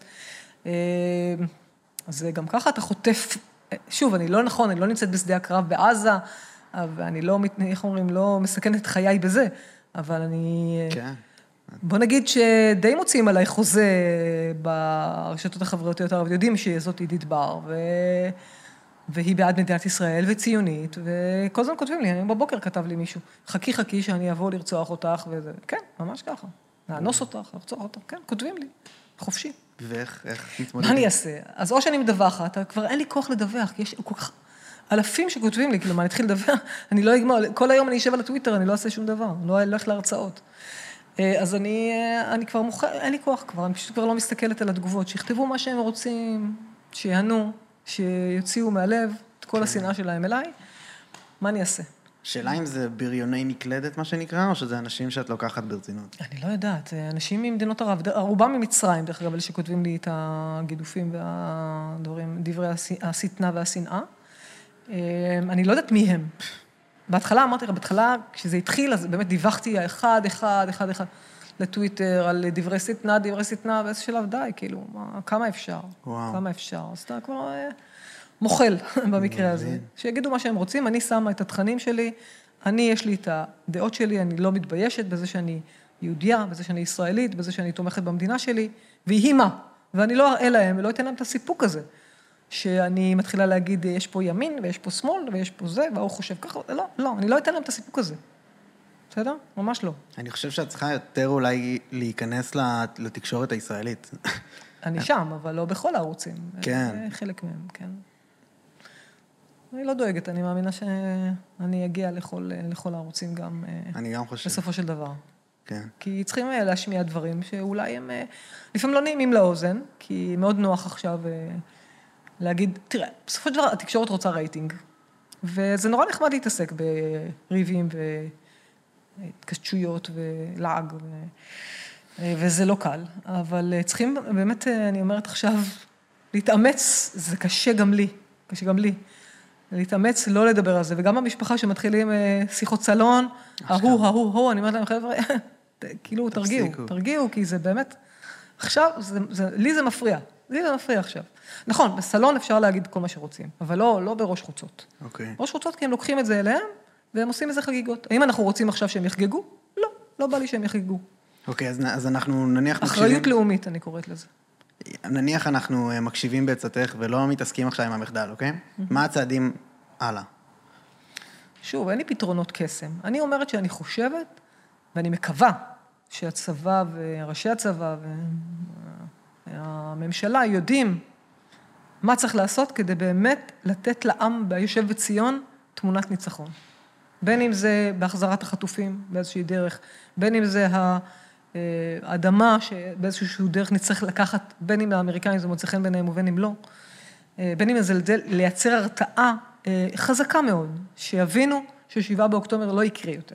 אז גם ככה אתה חוטף, שוב, אני לא נכון, אני לא נמצאת בשדה הקרב בעזה, ואני לא, איך אומרים, לא מסכנת את חיי בזה, אבל אני... כן. בוא נגיד שדי מוצאים עליי חוזה ברשתות החברתיות הערביות, יודעים שזאת עידית בר, ו... והיא בעד מדינת ישראל וציונית, וכל הזמן כותבים לי, היום בבוקר כתב לי מישהו, חכי חכי שאני אבוא לרצוח אותך, וזה, כן, ממש ככה. לאנוס אותך, לרצוח אותך, כן, כותבים לי, חופשי. ואיך, איך מתמודדים? מה אני אעשה? אז או שאני מדווחת, כבר אין לי כוח לדווח, כי יש כל כך אלפים שכותבים לי, כאילו, מה, אני אתחיל לדווח, אני לא אגמר, כל היום אני אשב על הטוויטר, אני לא אעשה שום דבר, אני לא אלך להרצאות. אז אני, אני כבר מוכר, אין לי כוח כבר, אני פשוט כבר לא מסתכלת על התגובות, שיכתבו מה שהם רוצים, שיענו, שיוציאו מהלב את כל השנאה שלהם אליי, מה אני אעשה? שאלה אם זה בריוני מקלדת, מה שנקרא, או שזה אנשים שאת לוקחת ברצינות? אני לא יודעת, אנשים ממדינות ערב, רובם ממצרים, דרך אגב, אלה שכותבים לי את הגידופים והדברים, דברי השטנה והשנאה. אני לא יודעת מי הם. בהתחלה, אמרתי לך, בהתחלה, כשזה התחיל, אז באמת דיווחתי אחד, אחד, אחד, אחד, לטוויטר, על דברי שטנה, דברי שטנה, באיזה שלב די, כאילו, מה, כמה אפשר? וואו. כמה אפשר? אז אתה כבר מוכל במקרה הזה. שיגידו מה שהם רוצים, אני שמה את התכנים שלי, אני, יש לי את הדעות שלי, אני לא מתביישת בזה שאני יהודיה, בזה שאני ישראלית, בזה שאני תומכת במדינה שלי, והיא מה? ואני לא אראה להם, ולא אתן להם את הסיפוק הזה. שאני מתחילה להגיד, יש פה ימין, ויש פה שמאל, ויש פה זה, והוא חושב ככה, לא, לא, אני לא אתן להם את הסיפוק הזה. בסדר? ממש לא. אני חושב שאת צריכה יותר אולי להיכנס לתקשורת הישראלית. אני שם, אבל לא בכל הערוצים. כן. חלק מהם, כן. אני לא דואגת, אני מאמינה שאני אגיע לכל, לכל הערוצים גם... אני גם חושב. בסופו של דבר. כן. כי צריכים להשמיע דברים שאולי הם... לפעמים לא נעימים לאוזן, כי מאוד נוח עכשיו... להגיד, תראה, בסופו של דבר התקשורת רוצה רייטינג, וזה נורא נחמד להתעסק בריבים והתקשטשויות ולעג, ו... וזה לא קל, אבל צריכים באמת, אני אומרת עכשיו, להתאמץ, זה קשה גם לי, קשה גם לי, להתאמץ, לא לדבר על זה, וגם המשפחה שמתחילים שיחות סלון, ההוא, ההוא, ההוא, אני אומרת להם, חבר'ה, כאילו, תרגיעו, תרגיעו, כי זה באמת, עכשיו, זה, זה, לי זה מפריע, לי זה מפריע עכשיו. נכון, בסלון אפשר להגיד כל מה שרוצים, אבל לא, לא בראש חוצות. אוקיי. ראש חוצות כי הם לוקחים את זה אליהם, והם עושים איזה חגיגות. האם אנחנו רוצים עכשיו שהם יחגגו? לא, לא בא לי שהם יחגגו. אוקיי, אז, אז אנחנו נניח מקשיבים... אחריות לאומית, אני קוראת לזה. נניח אנחנו מקשיבים בעצתך ולא מתעסקים עכשיו עם המחדל, אוקיי? Mm-hmm. מה הצעדים הלאה? שוב, אין לי פתרונות קסם. אני אומרת שאני חושבת, ואני מקווה שהצבא וראשי הצבא והממשלה יודעים מה צריך לעשות כדי באמת לתת לעם ביושב בציון תמונת ניצחון. בין אם זה בהחזרת החטופים באיזושהי דרך, בין אם זה האדמה שבאיזשהו דרך נצטרך לקחת, בין אם האמריקאים זה מוצא חן ביניהם ובין אם לא, בין אם זה לייצר הרתעה חזקה מאוד, שיבינו ששבעה באוקטובר לא יקרה יותר.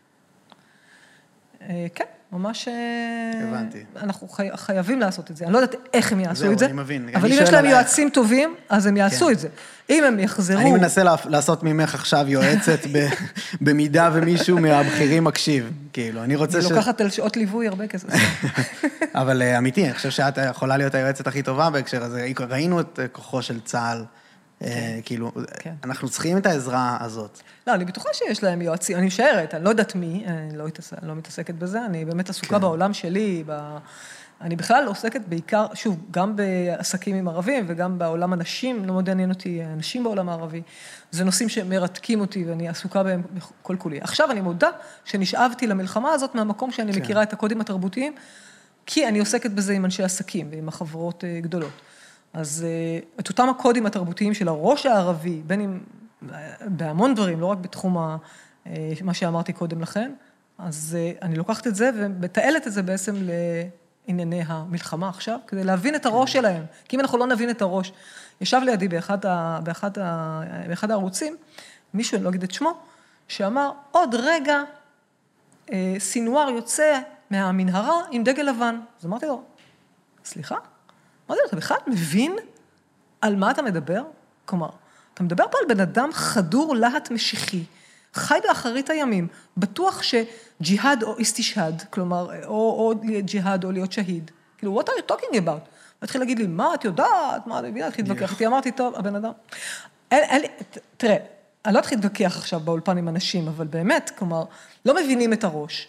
כן. ממש... הבנתי. אנחנו חי... חייבים לעשות את זה. אני לא יודעת איך הם יעשו זהו, את זה. אני מבין. אבל אם יש להם יועצים טובים, אז הם יעשו כן. את זה. אם הם יחזרו... אני מנסה לעשות ממך עכשיו יועצת ב... במידה ומישהו מהבחירים מקשיב. כאילו, אני רוצה ש... אני לוקחת על שעות ליווי הרבה כסף. אבל אמיתי, אני חושב שאת יכולה להיות היועצת הכי טובה בהקשר הזה. ראינו את כוחו של צה"ל. כאילו, אנחנו צריכים את העזרה הזאת. לא, אני בטוחה שיש להם יועצים, אני משערת, אני לא יודעת מי, אני לא מתעסקת בזה, אני באמת עסוקה בעולם שלי, אני בכלל עוסקת בעיקר, שוב, גם בעסקים עם ערבים וגם בעולם הנשים, לא מאוד עניין אותי, אנשים בעולם הערבי, זה נושאים שמרתקים אותי ואני עסוקה בהם כל כולי. עכשיו אני מודה שנשאבתי למלחמה הזאת מהמקום שאני מכירה את הקודים התרבותיים, כי אני עוסקת בזה עם אנשי עסקים ועם החברות גדולות. אז את אותם הקודים התרבותיים של הראש הערבי, בין אם בהמון דברים, לא רק בתחום מה שאמרתי קודם לכן, אז אני לוקחת את זה ומתעלת את זה בעצם לענייני המלחמה עכשיו, כדי להבין את הראש שלהם. כי אם אנחנו לא נבין את הראש, ישב לידי באחד, ה, באחד, ה, באחד הערוצים, מישהו, אני לא אגיד את שמו, שאמר, עוד רגע סינואר יוצא מהמנהרה עם דגל לבן. אז אמרתי לו, סליחה? אמרתי לו, אתה בכלל מבין על מה אתה מדבר? כלומר, אתה מדבר פה על בן אדם חדור להט משיחי, חי באחרית הימים, בטוח שג'יהאד או איסטישהד, כלומר, או, או ג'יהאד או להיות שהיד. כאילו, what are you talking about? התחיל להגיד לי, מה את יודעת? מה, אני מבינה, התחיל להתווכח. איתי אמרתי, טוב, הבן אדם. אין, אין לי, תראה, אני לא התחיל להתווכח עכשיו באולפן עם אנשים, אבל באמת, כלומר, לא מבינים את הראש.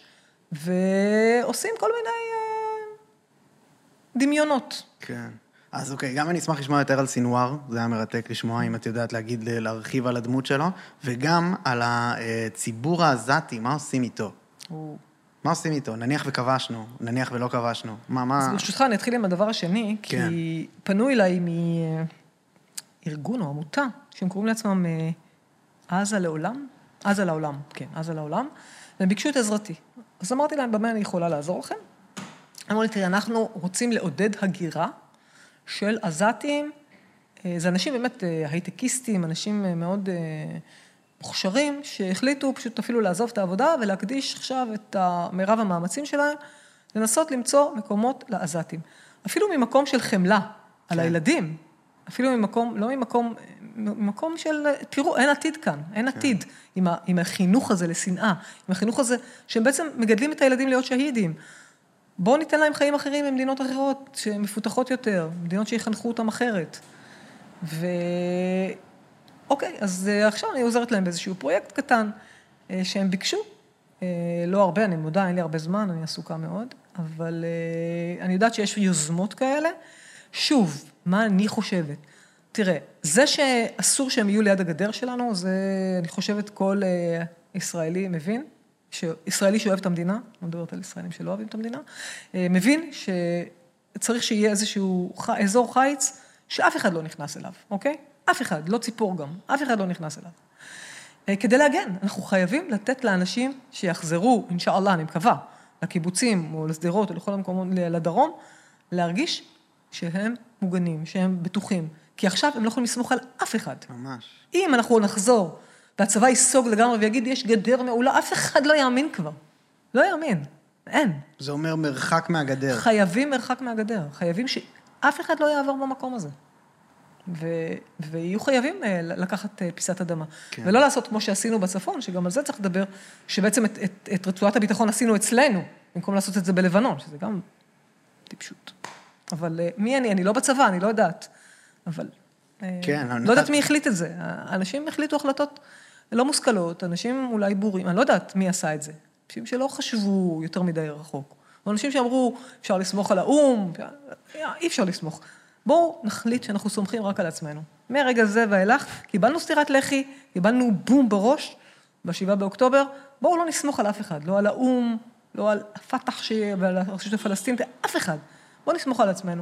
ועושים כל מיני אה, דמיונות. כן. אז אוקיי, גם אני אשמח לשמוע יותר על סינואר, זה היה מרתק לשמוע, אם את יודעת להגיד, להרחיב על הדמות שלו, וגם על הציבור העזתי, מה עושים איתו? הוא... מה עושים איתו? נניח וכבשנו, נניח ולא כבשנו. מה, מה... אז ברשותך, אני אתחיל עם הדבר השני, כן. כי פנו אליי מארגון או עמותה, שהם קוראים לעצמם עזה לעולם, עזה לעולם, כן, עזה לעולם, והם ביקשו את עזרתי. אז אמרתי להם, במה אני יכולה לעזור לכם? אמרו לי, תראי, אנחנו רוצים לעודד הגירה של עזתים, זה אנשים באמת הייטקיסטים, אנשים מאוד מוכשרים, שהחליטו פשוט אפילו לעזוב את העבודה ולהקדיש עכשיו את מרב המאמצים שלהם, לנסות למצוא מקומות לעזתים. אפילו ממקום של חמלה על כן. הילדים, אפילו ממקום, לא ממקום, ממקום של, תראו, אין עתיד כאן, אין כן. עתיד עם, ה, עם החינוך הזה לשנאה, עם החינוך הזה שהם בעצם מגדלים את הילדים להיות שהידים. בואו ניתן להם חיים אחרים במדינות אחרות, שמפותחות יותר, מדינות שיחנכו אותם אחרת. ו... אוקיי, אז עכשיו אני עוזרת להם באיזשהו פרויקט קטן, שהם ביקשו. לא הרבה, אני מודה, אין לי הרבה זמן, אני עסוקה מאוד, אבל אני יודעת שיש יוזמות כאלה. שוב, מה אני חושבת? תראה, זה שאסור שהם יהיו ליד הגדר שלנו, זה, אני חושבת, כל ישראלי מבין, שישראלי שאוהב את המדינה, לא מדברת על ישראלים שלא אוהבים את המדינה, מבין שצריך שיהיה איזשהו אזור חיץ, שאף אחד לא נכנס אליו, אוקיי? אף אחד, לא ציפור גם, אף אחד לא נכנס אליו. כדי להגן, אנחנו חייבים לתת לאנשים שיחזרו, אינשאללה, אני מקווה, לקיבוצים או לשדרות או לכל המקומות, לדרום, להרגיש שהם מוגנים, שהם בטוחים. כי עכשיו הם לא יכולים לסמוך על אף אחד. ממש. אם אנחנו נחזור, והצבא ייסוג לגמרי ויגיד, יש גדר מעולה, אף אחד לא יאמין כבר. לא יאמין. אין. זה אומר מרחק מהגדר. חייבים מרחק מהגדר. חייבים שאף אחד לא יעבור במקום הזה. ו... ויהיו חייבים לקחת פיסת אדמה. כן. ולא לעשות כמו שעשינו בצפון, שגם על זה צריך לדבר, שבעצם את, את, את רצועת הביטחון עשינו אצלנו, במקום לעשות את זה בלבנון, שזה גם טיפשות. אבל מי אני? אני לא בצבא, אני לא יודעת. אבל כן, לא אני... יודעת מי החליט את זה. אנשים החליטו החלטות לא מושכלות, אנשים אולי בורים, אני לא יודעת מי עשה את זה. אנשים שלא חשבו יותר מדי רחוק. או אנשים שאמרו, אפשר לסמוך על האום, אי אפשר לסמוך. בואו נחליט שאנחנו סומכים רק על עצמנו. מהרגע זה ואילך, קיבלנו סטירת לחי, קיבלנו בום בראש, בשבעה באוקטובר, בואו לא נסמוך על אף אחד, לא על האום, לא על הפתח ועל הרשות הפלסטינית, אף אחד. בואו נסמוך על עצמנו.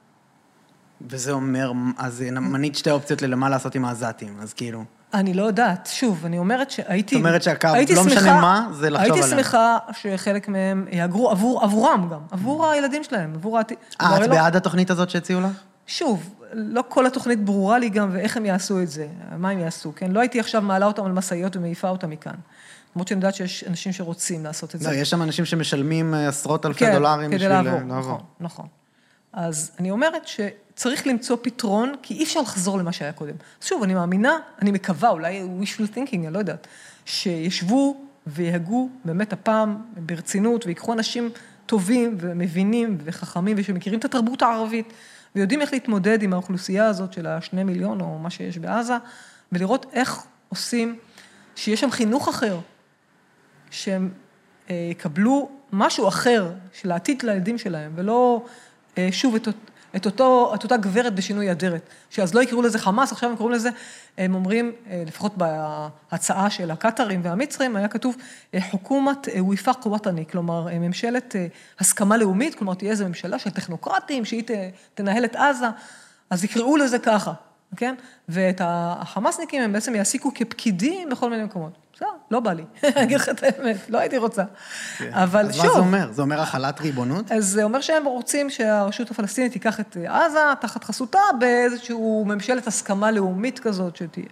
וזה אומר, אז מנית שתי אופציות למה לעשות עם העזתים, אז כאילו... אני לא יודעת, שוב, אני אומרת שהייתי... זאת אומרת שהקו, לא משנה מה, זה לחשוב עליהם. הייתי שמחה שחלק מהם יאגרו עבור, עבורם גם, עבור הילדים שלהם, עבור העתיד. אה, את בעד התוכנית הזאת שהציעו לך? שוב, לא כל התוכנית ברורה לי גם, ואיך הם יעשו את זה, מה הם יעשו, כן? לא הייתי עכשיו מעלה אותם על מסעיות ומעיפה אותם מכאן. למרות שאני יודעת שיש אנשים שרוצים לעשות את זה. לא, יש שם אנשים שמשלמים עשרות אלפי דולרים בשביל לעבור. נכון, נכון. אז אני אומרת שצריך למצוא פתרון, כי אי אפשר לחזור למה שהיה קודם. שוב, אני מאמינה, אני מקווה, אולי wishful thinking, אני לא יודעת, שישבו ויהגו באמת הפעם ברצינות, ויקחו אנשים טובים ומבינים וחכמים, ושמכירים את התרבות הערבית, ויודעים איך להתמודד עם האוכלוסייה הזאת של השני מיליון, או מה שיש בעזה, ולראות איך עושים, שיש שם חינוך אחר, שהם יקבלו משהו אחר של העתיד לילדים שלהם, ולא שוב את, את, אותו, את אותה גברת בשינוי אדרת, שאז לא יקראו לזה חמאס, עכשיו הם קוראים לזה, הם אומרים, לפחות בהצעה של הקטרים והמצרים, היה כתוב חוקומת וויפאק וטני, כלומר, ממשלת הסכמה לאומית, כלומר, תהיה איזו ממשלה של טכנוקרטים, שהיא תנהל את עזה, אז יקראו לזה ככה, כן? ואת החמאסניקים הם בעצם יעסיקו כפקידים בכל מיני מקומות. בסדר, לא בא לי, אני אגיד לך את האמת, לא הייתי רוצה. אבל שוב... אז מה זה אומר? זה אומר החלת ריבונות? אז זה אומר שהם רוצים שהרשות הפלסטינית תיקח את עזה, תחת חסותה, באיזשהו ממשלת הסכמה לאומית כזאת שתהיה.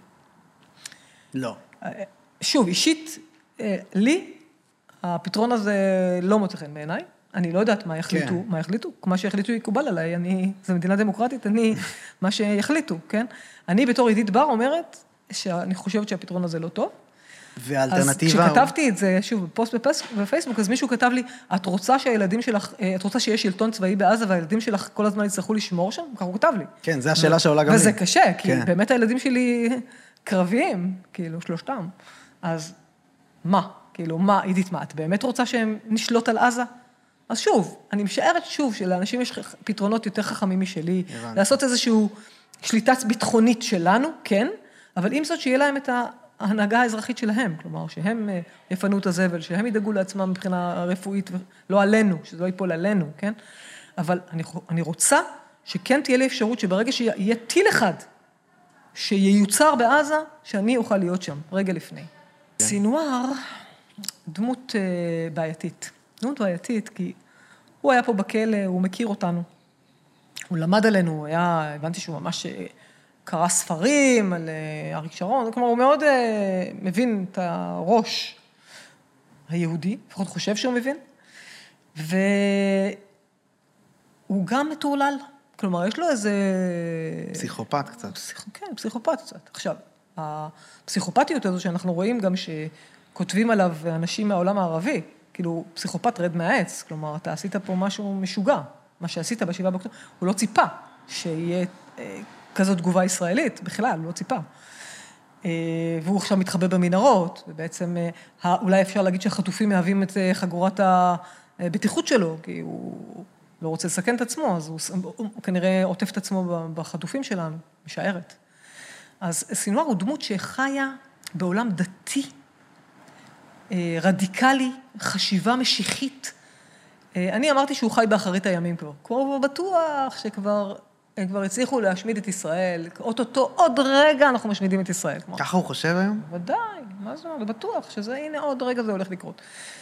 לא. שוב, אישית, לי, הפתרון הזה לא מוצא חן בעיניי. אני לא יודעת מה יחליטו, מה יחליטו. מה שיחליטו יקובל עליי, אני, זו מדינה דמוקרטית, אני, מה שיחליטו, כן? אני בתור עידית בר אומרת שאני חושבת שהפתרון הזה לא טוב. והאלטרנטיבה... אז כשכתבתי את זה, שוב, בפוסט בפייסבוק, אז מישהו כתב לי, את רוצה שהילדים שלך, את רוצה שיש שלטון צבאי בעזה, והילדים שלך כל הזמן יצטרכו לשמור שם? ככה הוא כתב לי. כן, זו השאלה שעולה גם לי. וזה קשה, כי באמת הילדים שלי קרביים, כאילו, שלושתם. אז מה? כאילו, מה, עידית, מה, את באמת רוצה שהם נשלוט על עזה? אז שוב, אני משערת שוב שלאנשים יש פתרונות יותר חכמים משלי, לעשות איזושהי שליטה ביטחונית שלנו, כן, אבל עם זאת שיהיה להם את ההנהגה האזרחית שלהם, כלומר, שהם יפנו את הזבל, שהם ידאגו לעצמם מבחינה רפואית, לא עלינו, שזה לא ייפול עלינו, כן? אבל אני, אני רוצה שכן תהיה לי אפשרות שברגע שיהיה טיל אחד, שייוצר בעזה, שאני אוכל להיות שם, רגע לפני. כן. סינואר, דמות uh, בעייתית. דמות בעייתית, כי הוא היה פה בכלא, הוא מכיר אותנו. הוא למד עלינו, הוא היה, הבנתי שהוא ממש קרא ספרים על uh, אריק שרון, כלומר, הוא מאוד uh, מבין את הראש היהודי, לפחות חושב שהוא מבין, והוא גם מטורלל. כלומר, יש לו איזה... פסיכופת קצת. פסיכ... כן, פסיכופת קצת. עכשיו, הפסיכופתיות הזו שאנחנו רואים גם שכותבים עליו אנשים מהעולם הערבי, כאילו, פסיכופת רד מהעץ, כלומר, אתה עשית פה משהו משוגע, מה שעשית בשבעה באוקטובר, הוא לא ציפה שיהיה אה, כזאת תגובה ישראלית, בכלל, הוא לא ציפה. אה, והוא עכשיו מתחבא במנהרות, ובעצם אה, אולי אפשר להגיד שהחטופים מהווים את אה, חגורת הבטיחות שלו, כי הוא... לא רוצה לסכן את עצמו, אז הוא, הוא, הוא כנראה עוטף את עצמו בחטופים שלנו, משערת. אז סינואר הוא דמות שחיה בעולם דתי, רדיקלי, חשיבה משיחית. אני אמרתי שהוא חי באחרית הימים כבר. כבר הוא בטוח שכבר הם כבר הצליחו להשמיד את ישראל, אוטוטו, עוד רגע אנחנו משמידים את ישראל. ככה הוא חושב היום? ודאי, מה זה? זה בטוח שזה, הנה עוד רגע זה הולך לקרות.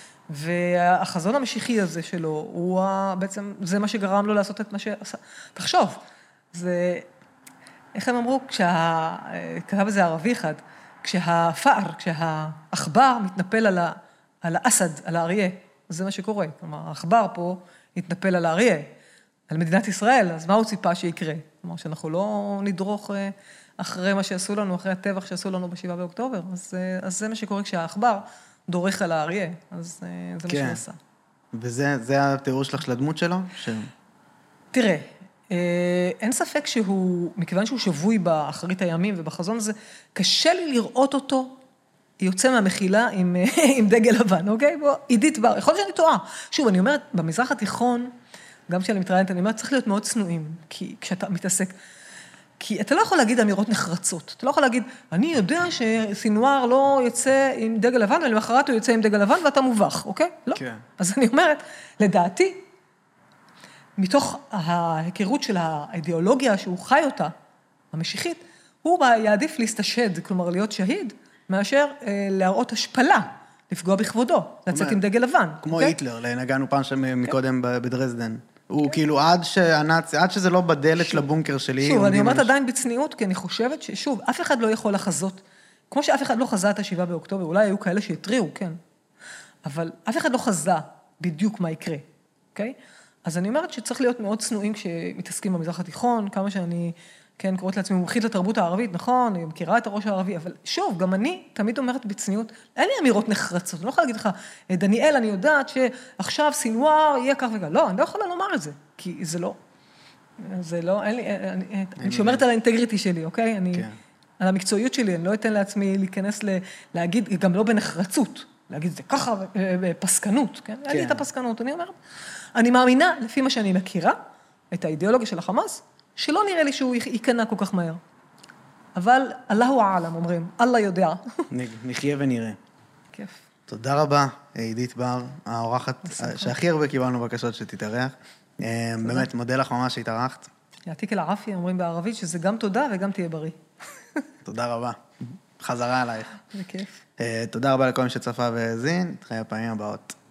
והחזון המשיחי הזה שלו, הוא בעצם, זה מה שגרם לו לעשות את מה שעשה. תחשוב, זה, איך הם אמרו, כשה, כתב איזה ערבי אחד, כשהפער, כשהאחבר מתנפל על, ה, על האסד, על האריה, זה מה שקורה. כלומר, האחבר פה התנפל על האריה, על מדינת ישראל, אז מה הוא ציפה שיקרה? כלומר, שאנחנו לא נדרוך אחרי מה שעשו לנו, אחרי הטבח שעשו לנו בשבעה באוקטובר. אז, אז זה מה שקורה כשהאחבר דורך על האריה, אז זה מה שהוא עשה. וזה התיאור שלך של הדמות שלו? תראה, אין ספק שהוא, מכיוון שהוא שבוי באחרית הימים ובחזון הזה, קשה לי לראות אותו יוצא מהמחילה עם, עם דגל לבן, אוקיי? בוא, עידית בר, יכול להיות שאני טועה. שוב, אני אומרת, במזרח התיכון, גם כשאני מתראיינת, אני אומרת, צריך להיות מאוד צנועים, כי כשאתה מתעסק, כי אתה לא יכול להגיד אמירות נחרצות. אתה לא יכול להגיד, אני יודע שסינואר לא יוצא עם דגל לבן, ולמחרת הוא יוצא עם דגל לבן, ואתה מובך, אוקיי? לא. כן. אז אני אומרת, לדעתי, מתוך ההיכרות של האידיאולוגיה שהוא חי אותה, המשיחית, הוא יעדיף להסתשד, כלומר להיות שהיד, מאשר אה, להראות השפלה, לפגוע בכבודו, לצאת עם דגל לבן. כמו היטלר, נגענו פעם שם מקודם בדרזדן. הוא כאילו עד שהנאצי, עד שזה לא בדלת של הבונקר שלי. שוב, אני אומרת עדיין בצניעות, כי אני חושבת ששוב, אף אחד לא יכול לחזות, כמו שאף אחד לא חזה את השבעה באוקטובר, אולי היו כאלה שהטריעו, כן. אבל אף אחד לא חזה בדיוק מה יקרה, אוקיי? אז אני אומרת שצריך להיות מאוד צנועים כשמתעסקים במזרח התיכון, כמה שאני, כן, קוראת לעצמי מומחית לתרבות הערבית, נכון, אני מכירה את הראש הערבי, אבל שוב, גם אני תמיד אומרת בצניעות, אין לי אמירות נחרצות, אני לא יכולה להגיד לך, דניאל, אני יודעת שעכשיו סינואר יהיה כך וגם, לא, אני לא יכולה לומר את זה, כי זה לא, זה לא, אין לי, אני, אני שומרת על האינטגריטי שלי, אוקיי? אני, על המקצועיות שלי, אני לא אתן לעצמי להיכנס להגיד, גם לא בנחרצות, להגיד את זה ככה, בפסקנות, כן? אין לי את הפסקנות, אני אומרת, אני מאמינה, לפי מה שאני מכירה, את האידיאולוגיה של החמאס, שלא נראה לי שהוא ייכנע כל כך מהר. אבל אללהו העלם, אומרים, אללה יודע. נחיה ונראה. כיף. תודה רבה, עידית בר, האורחת שהכי הרבה קיבלנו בקשות שתתארח. באמת, מודה לך ממש שהתארחת. יעתיק אל העפיה, אומרים בערבית, שזה גם תודה וגם תהיה בריא. תודה רבה. חזרה עלייך. בכיף. תודה רבה לכל מי שצפה והאזין, נתראה הפעמים הבאות.